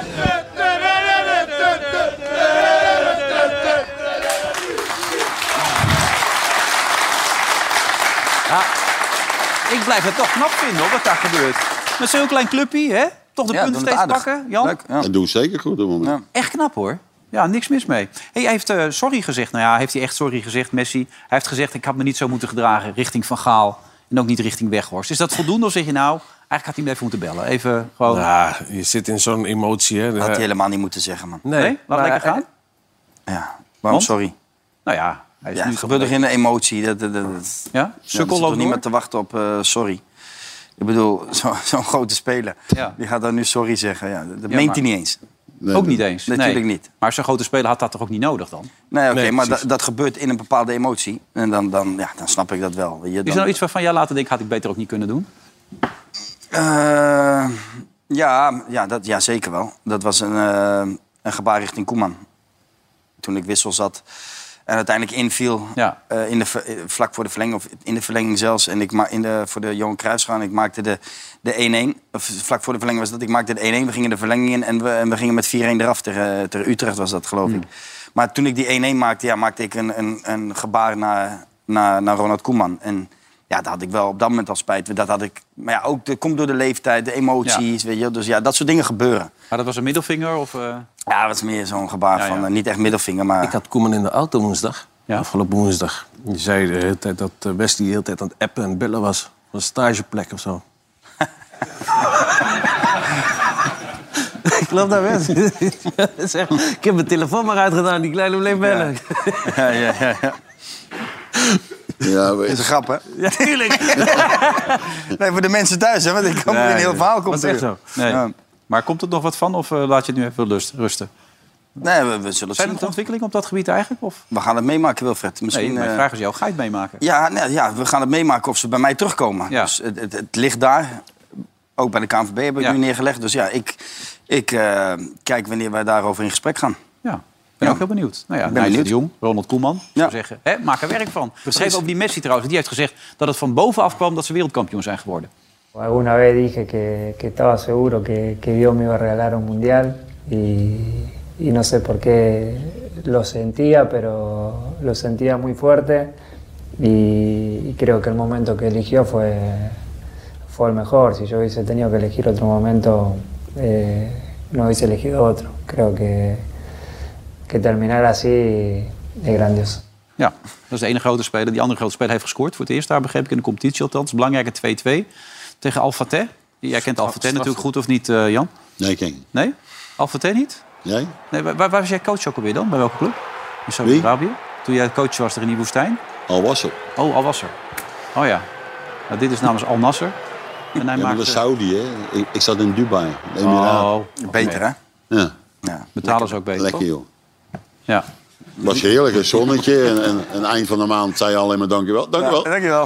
Ja, ik blijf het toch knap vinden, hoor, wat daar gebeurt. Met zo'n klein clubje, hè? Toch de Ja, punten doen het steeds aardig. pakken, Jan? Leuk, ja. Dat doen ze zeker goed op het moment. Ja. Echt knap, hoor. Ja, niks mis mee. Hey, hij heeft uh, sorry gezegd. Nou ja, heeft hij echt sorry gezegd, Messi? Hij heeft gezegd, ik had me niet zo moeten gedragen richting Van Gaal. En ook niet richting Weghorst. Is dat voldoende of zeg je nou, eigenlijk had hij hem even moeten bellen? Even gewoon... Ja, je zit in zo'n emotie. Hè. Dat had hij helemaal niet moeten zeggen, man. Nee, nee? Laat maar, lekker gaan. Ja, waarom Want? sorry? Nou ja, hij is Ja, nu het gebeurt toch in de emotie. Dat, dat, dat, dat- Ja? Ja, Sukkel er zit loopt toch niet door? meer te wachten op uh, sorry. Ik bedoel, zo- zo'n grote speler. Ja. Die gaat dan nu sorry zeggen. Ja, dat Ja, meent maar- hij niet eens. Nee, Ook niet eens? Natuurlijk Nee. niet. Maar zo'n grote speler had dat toch ook niet nodig dan? Nee, oké, Nee, maar precies. dat, dat gebeurt in een bepaalde emotie. En dan, dan, ja, dan snap ik dat wel. Weet je, Is dan, er nou iets waarvan jij later denkt, had ik beter ook niet kunnen doen? Eh, ja, ja, dat, ja, zeker wel. Dat was een, eh, een gebaar richting Koeman. Toen ik wissel zat en uiteindelijk inviel Ja. eh, in de, ver- eh, vlak voor de verlenging, of in de verlenging zelfs. En ik ma in de, voor de Johan Cruijffschaal, ik maakte de, de één-één. Of vlak voor de verlenging was dat, ik maakte de één-één. We gingen de verlenging in en we, en we gingen met vier-één eraf. Tegen, tegen Utrecht was dat, geloof ik. Maar toen ik die één-één maakte, ja, maakte ik een, een, een gebaar naar, naar, naar Ronald Koeman. En ja, dat had ik wel op dat moment al spijt. Dat had ik, maar ja, ook dat komt door de leeftijd, de emoties, weet je. Dus ja, dat soort dingen gebeuren. Maar dat was een middelvinger of... Uh... Ja, dat is meer zo'n gebaar Ja, ja. van, uh, niet echt middelvinger, maar... Ik had Koeman in de auto woensdag. Ja. Afgelopen woensdag. Die zei de hele tijd dat uh, Wesley de hele tijd aan het appen en bellen was. Van een stageplek of zo. Ik geloof dat wel. Zeg, ik heb mijn telefoon maar uitgedaan, die kleine bleef bellen. Ja, ja, ja. ja. Ja, Dat weet is een grap, hè? Ja, tuurlijk. Nee, voor de mensen thuis, hè? Want ik kan Nee, in een heel nee. verhaal komt Dat is echt er. zo. Nee. Ja. Maar komt er nog wat van of uh, laat je het nu even lust, rusten? Nee, we, we zullen het Zijn er zien, nog toch? ontwikkelingen op dat gebied eigenlijk? Of? We gaan het meemaken, Wilfred. Misschien, Nee, mijn eh, vraag is jou, ga je het meemaken? ja, nee, ja, we gaan het meemaken of ze bij mij terugkomen. Ja. Dus het, het, het ligt daar. Ook bij de K N V B heb ik Ja. nu neergelegd. Dus ja, ik, ik uh, kijk wanneer wij daarover in gesprek gaan. Ja. Ik ben Ja. ook heel benieuwd. Nou ja, Ik ben Nigel de benieuwd. Jong, Ronald Koeman. Ja. Zou zeggen, hè, maak er werk van. Geef ook die Messi trouwens. Die heeft gezegd dat het van bovenaf kwam dat ze wereldkampioen zijn geworden. Alguna vez dije que, que estaba seguro que, que Dios me iba a regalar un mundial y, y no sé por qué lo sentía, pero lo sentía muy fuerte y, y creo que el momento que eligió fue, fue el mejor. Si yo hubiese tenido que elegir otro momento, eh, no hubiese elegido otro. Creo que, que terminar así es grandioso. Ja, dat is de ene grote speler. Die andere grote speler heeft gescoord voor het eerst daar, begreep ik, in de competitie althans. Belangrijke twee-twee tegen Al-Fateh. Jij kent Al-Fateh natuurlijk goed, of niet, uh, Jan? Nee, ik ken. Nee? Al-Fateh niet? Jij? Nee, waar, waar was jij coach ook alweer dan? Bij welke club? In Saudi-Arabië? Toen jij coach was er in die woestijn? Al was er. Oh, Al was er. Oh ja. Nou, dit is namens Al Nasser. En hij Ja, maakt... dat is Saudi, hè? Ik, ik zat in Dubai. de Emiraten. Oh, beter, hè? Ja. Ja. Betalen ze ook beter, Lekker, toch? joh. Ja. Het was heerlijk, een zonnetje. En, en, en eind van de maand zei je alleen maar dankjewel. Dankjewel. Ja, dankjewel.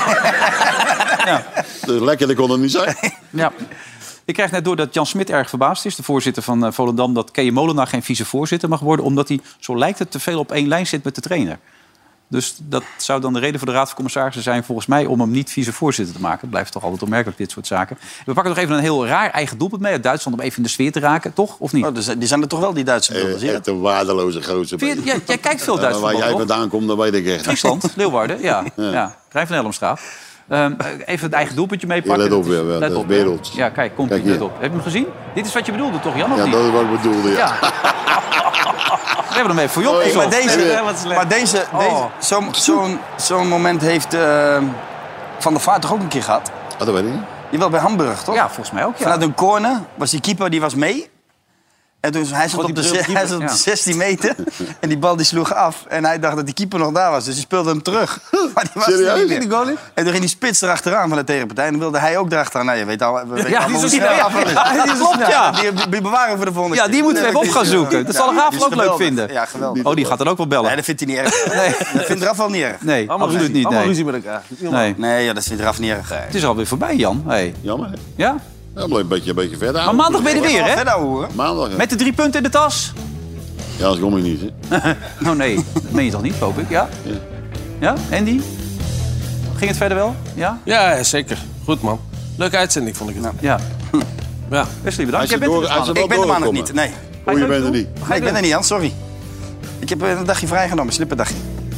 Dus lekkerder kon het niet zijn. Ja. Ik krijg net door dat Jan Smit erg verbaasd is, de voorzitter van uh, Volendam, dat Keje Molenaar geen vicevoorzitter mag worden, omdat hij, zo lijkt het, te veel op één lijn zit met de trainer. Dus dat zou dan de reden voor de Raad van Commissarissen zijn, volgens mij, om hem niet vicevoorzitter te maken. Het blijft toch altijd opmerkelijk, dit soort zaken. We pakken nog even een heel raar eigen doelpunt mee uit Duitsland, om even in de sfeer te raken, toch? Of niet? Oh, dus, die zijn er toch wel, die Duitse beelden, zie je? Echt een waardeloze gozer. Vind je- jij- jij kijkt veel Duits Waar voetbal, jij toch? vandaan komt, dat weet ik echt. Friesland, Leeuwarden, ja. Ja. ja. Krijn van Helmstraat. Um, even het eigen doelpuntje meepakken. Ja, let op, Dat is- ja, wel, let dat is op, hè. wereld. Ja, kijk, komt Kijk let hier. op. Heb je hem gezien? Dit is wat je bedoelde, toch, Jan? Of Ja, niet? dat is wat ik bedoelde, ja. Ja. We hebben hem even voor je Hey, maar opgezocht. deze, maar deze, Oh. deze zo'n zo'n zo'n moment heeft uh, Van der Vaart toch ook een keer gehad? Oh, dat weet ik niet. Jawel, bij Hamburg, toch? Ja, volgens mij ook, ja. Vanuit een corner was die keeper, die was mee. En toen, hij zat Oh, op die de, bril- ze- hij zat op de zestien meter. En die bal die sloeg af. En hij dacht dat die keeper nog daar was. Dus hij speelde hem terug. Maar die was er Serieus? niet meer. En toen ging die spits erachteraan van de tegenpartij. En dan wilde hij ook erachteraan. Nou, je weet al, we weten Ja, allemaal die hoe is snel ja, afval is. ja, die klopt, ja. Die, die bewaren voor de volgende Ja, keer. die moeten we even op gaan zoeken. Dat zal Ja, Rafael die is ook leuk geweldig. vinden. Ja, geweldig. Oh, die gaat dan ook wel bellen. Nee, dat vindt hij niet erg. Nee. Dat vindt Rafael niet erg. Nee, absoluut niet. Allemaal Nee. ruzie met elkaar. Nee. Nee, ja, dat vindt Raf niet erg. Het is alweer voorbij, Jan. Hey. Jammer, hè? Ja? Ja, blijf een beetje, een beetje verder. Maar maandag ben je er weer, hè? Verder horen. Maandag, hè? Met de drie punten in de tas? Ja, dat kom ik niet, hè? Oh nee, dat meen je toch niet, hoop ik? Ja? Ja. Ja? Andy? Ging het verder wel? Ja? Ja, zeker. Goed, man. Leuke uitzending, vond ik het. Ja. Ja. Wesley, bedankt. Hij Jij is bent er er door- dus hij is er maandag. Ik ben er maandag niet, doorgekomen. nee. Oh, je bent er niet. Nee, ik ben er niet, Jan, sorry. Ik heb een dagje vrijgenomen, slipperdagje.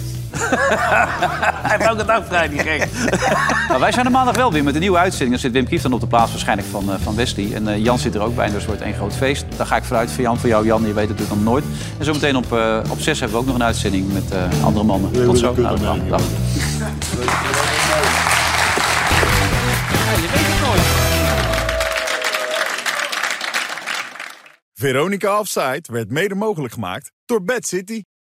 Hij heeft ook een dag vrij, die gek. Nou, wij zijn er maandag wel weer met een nieuwe uitzending. Dan zit Wim Kief dan op de plaats waarschijnlijk van, uh, van Wesley. En uh, Jan zit er ook bij en dus wordt één groot feest. Daar ga ik vooruit voor Jan, voor jou Jan. Je weet het natuurlijk nog nooit. En zometeen op, uh, op zes hebben we ook nog een uitzending met uh, andere mannen. Tot zo. Nou, dag. Dag. Veronica Offside werd mede mogelijk gemaakt door Bad City.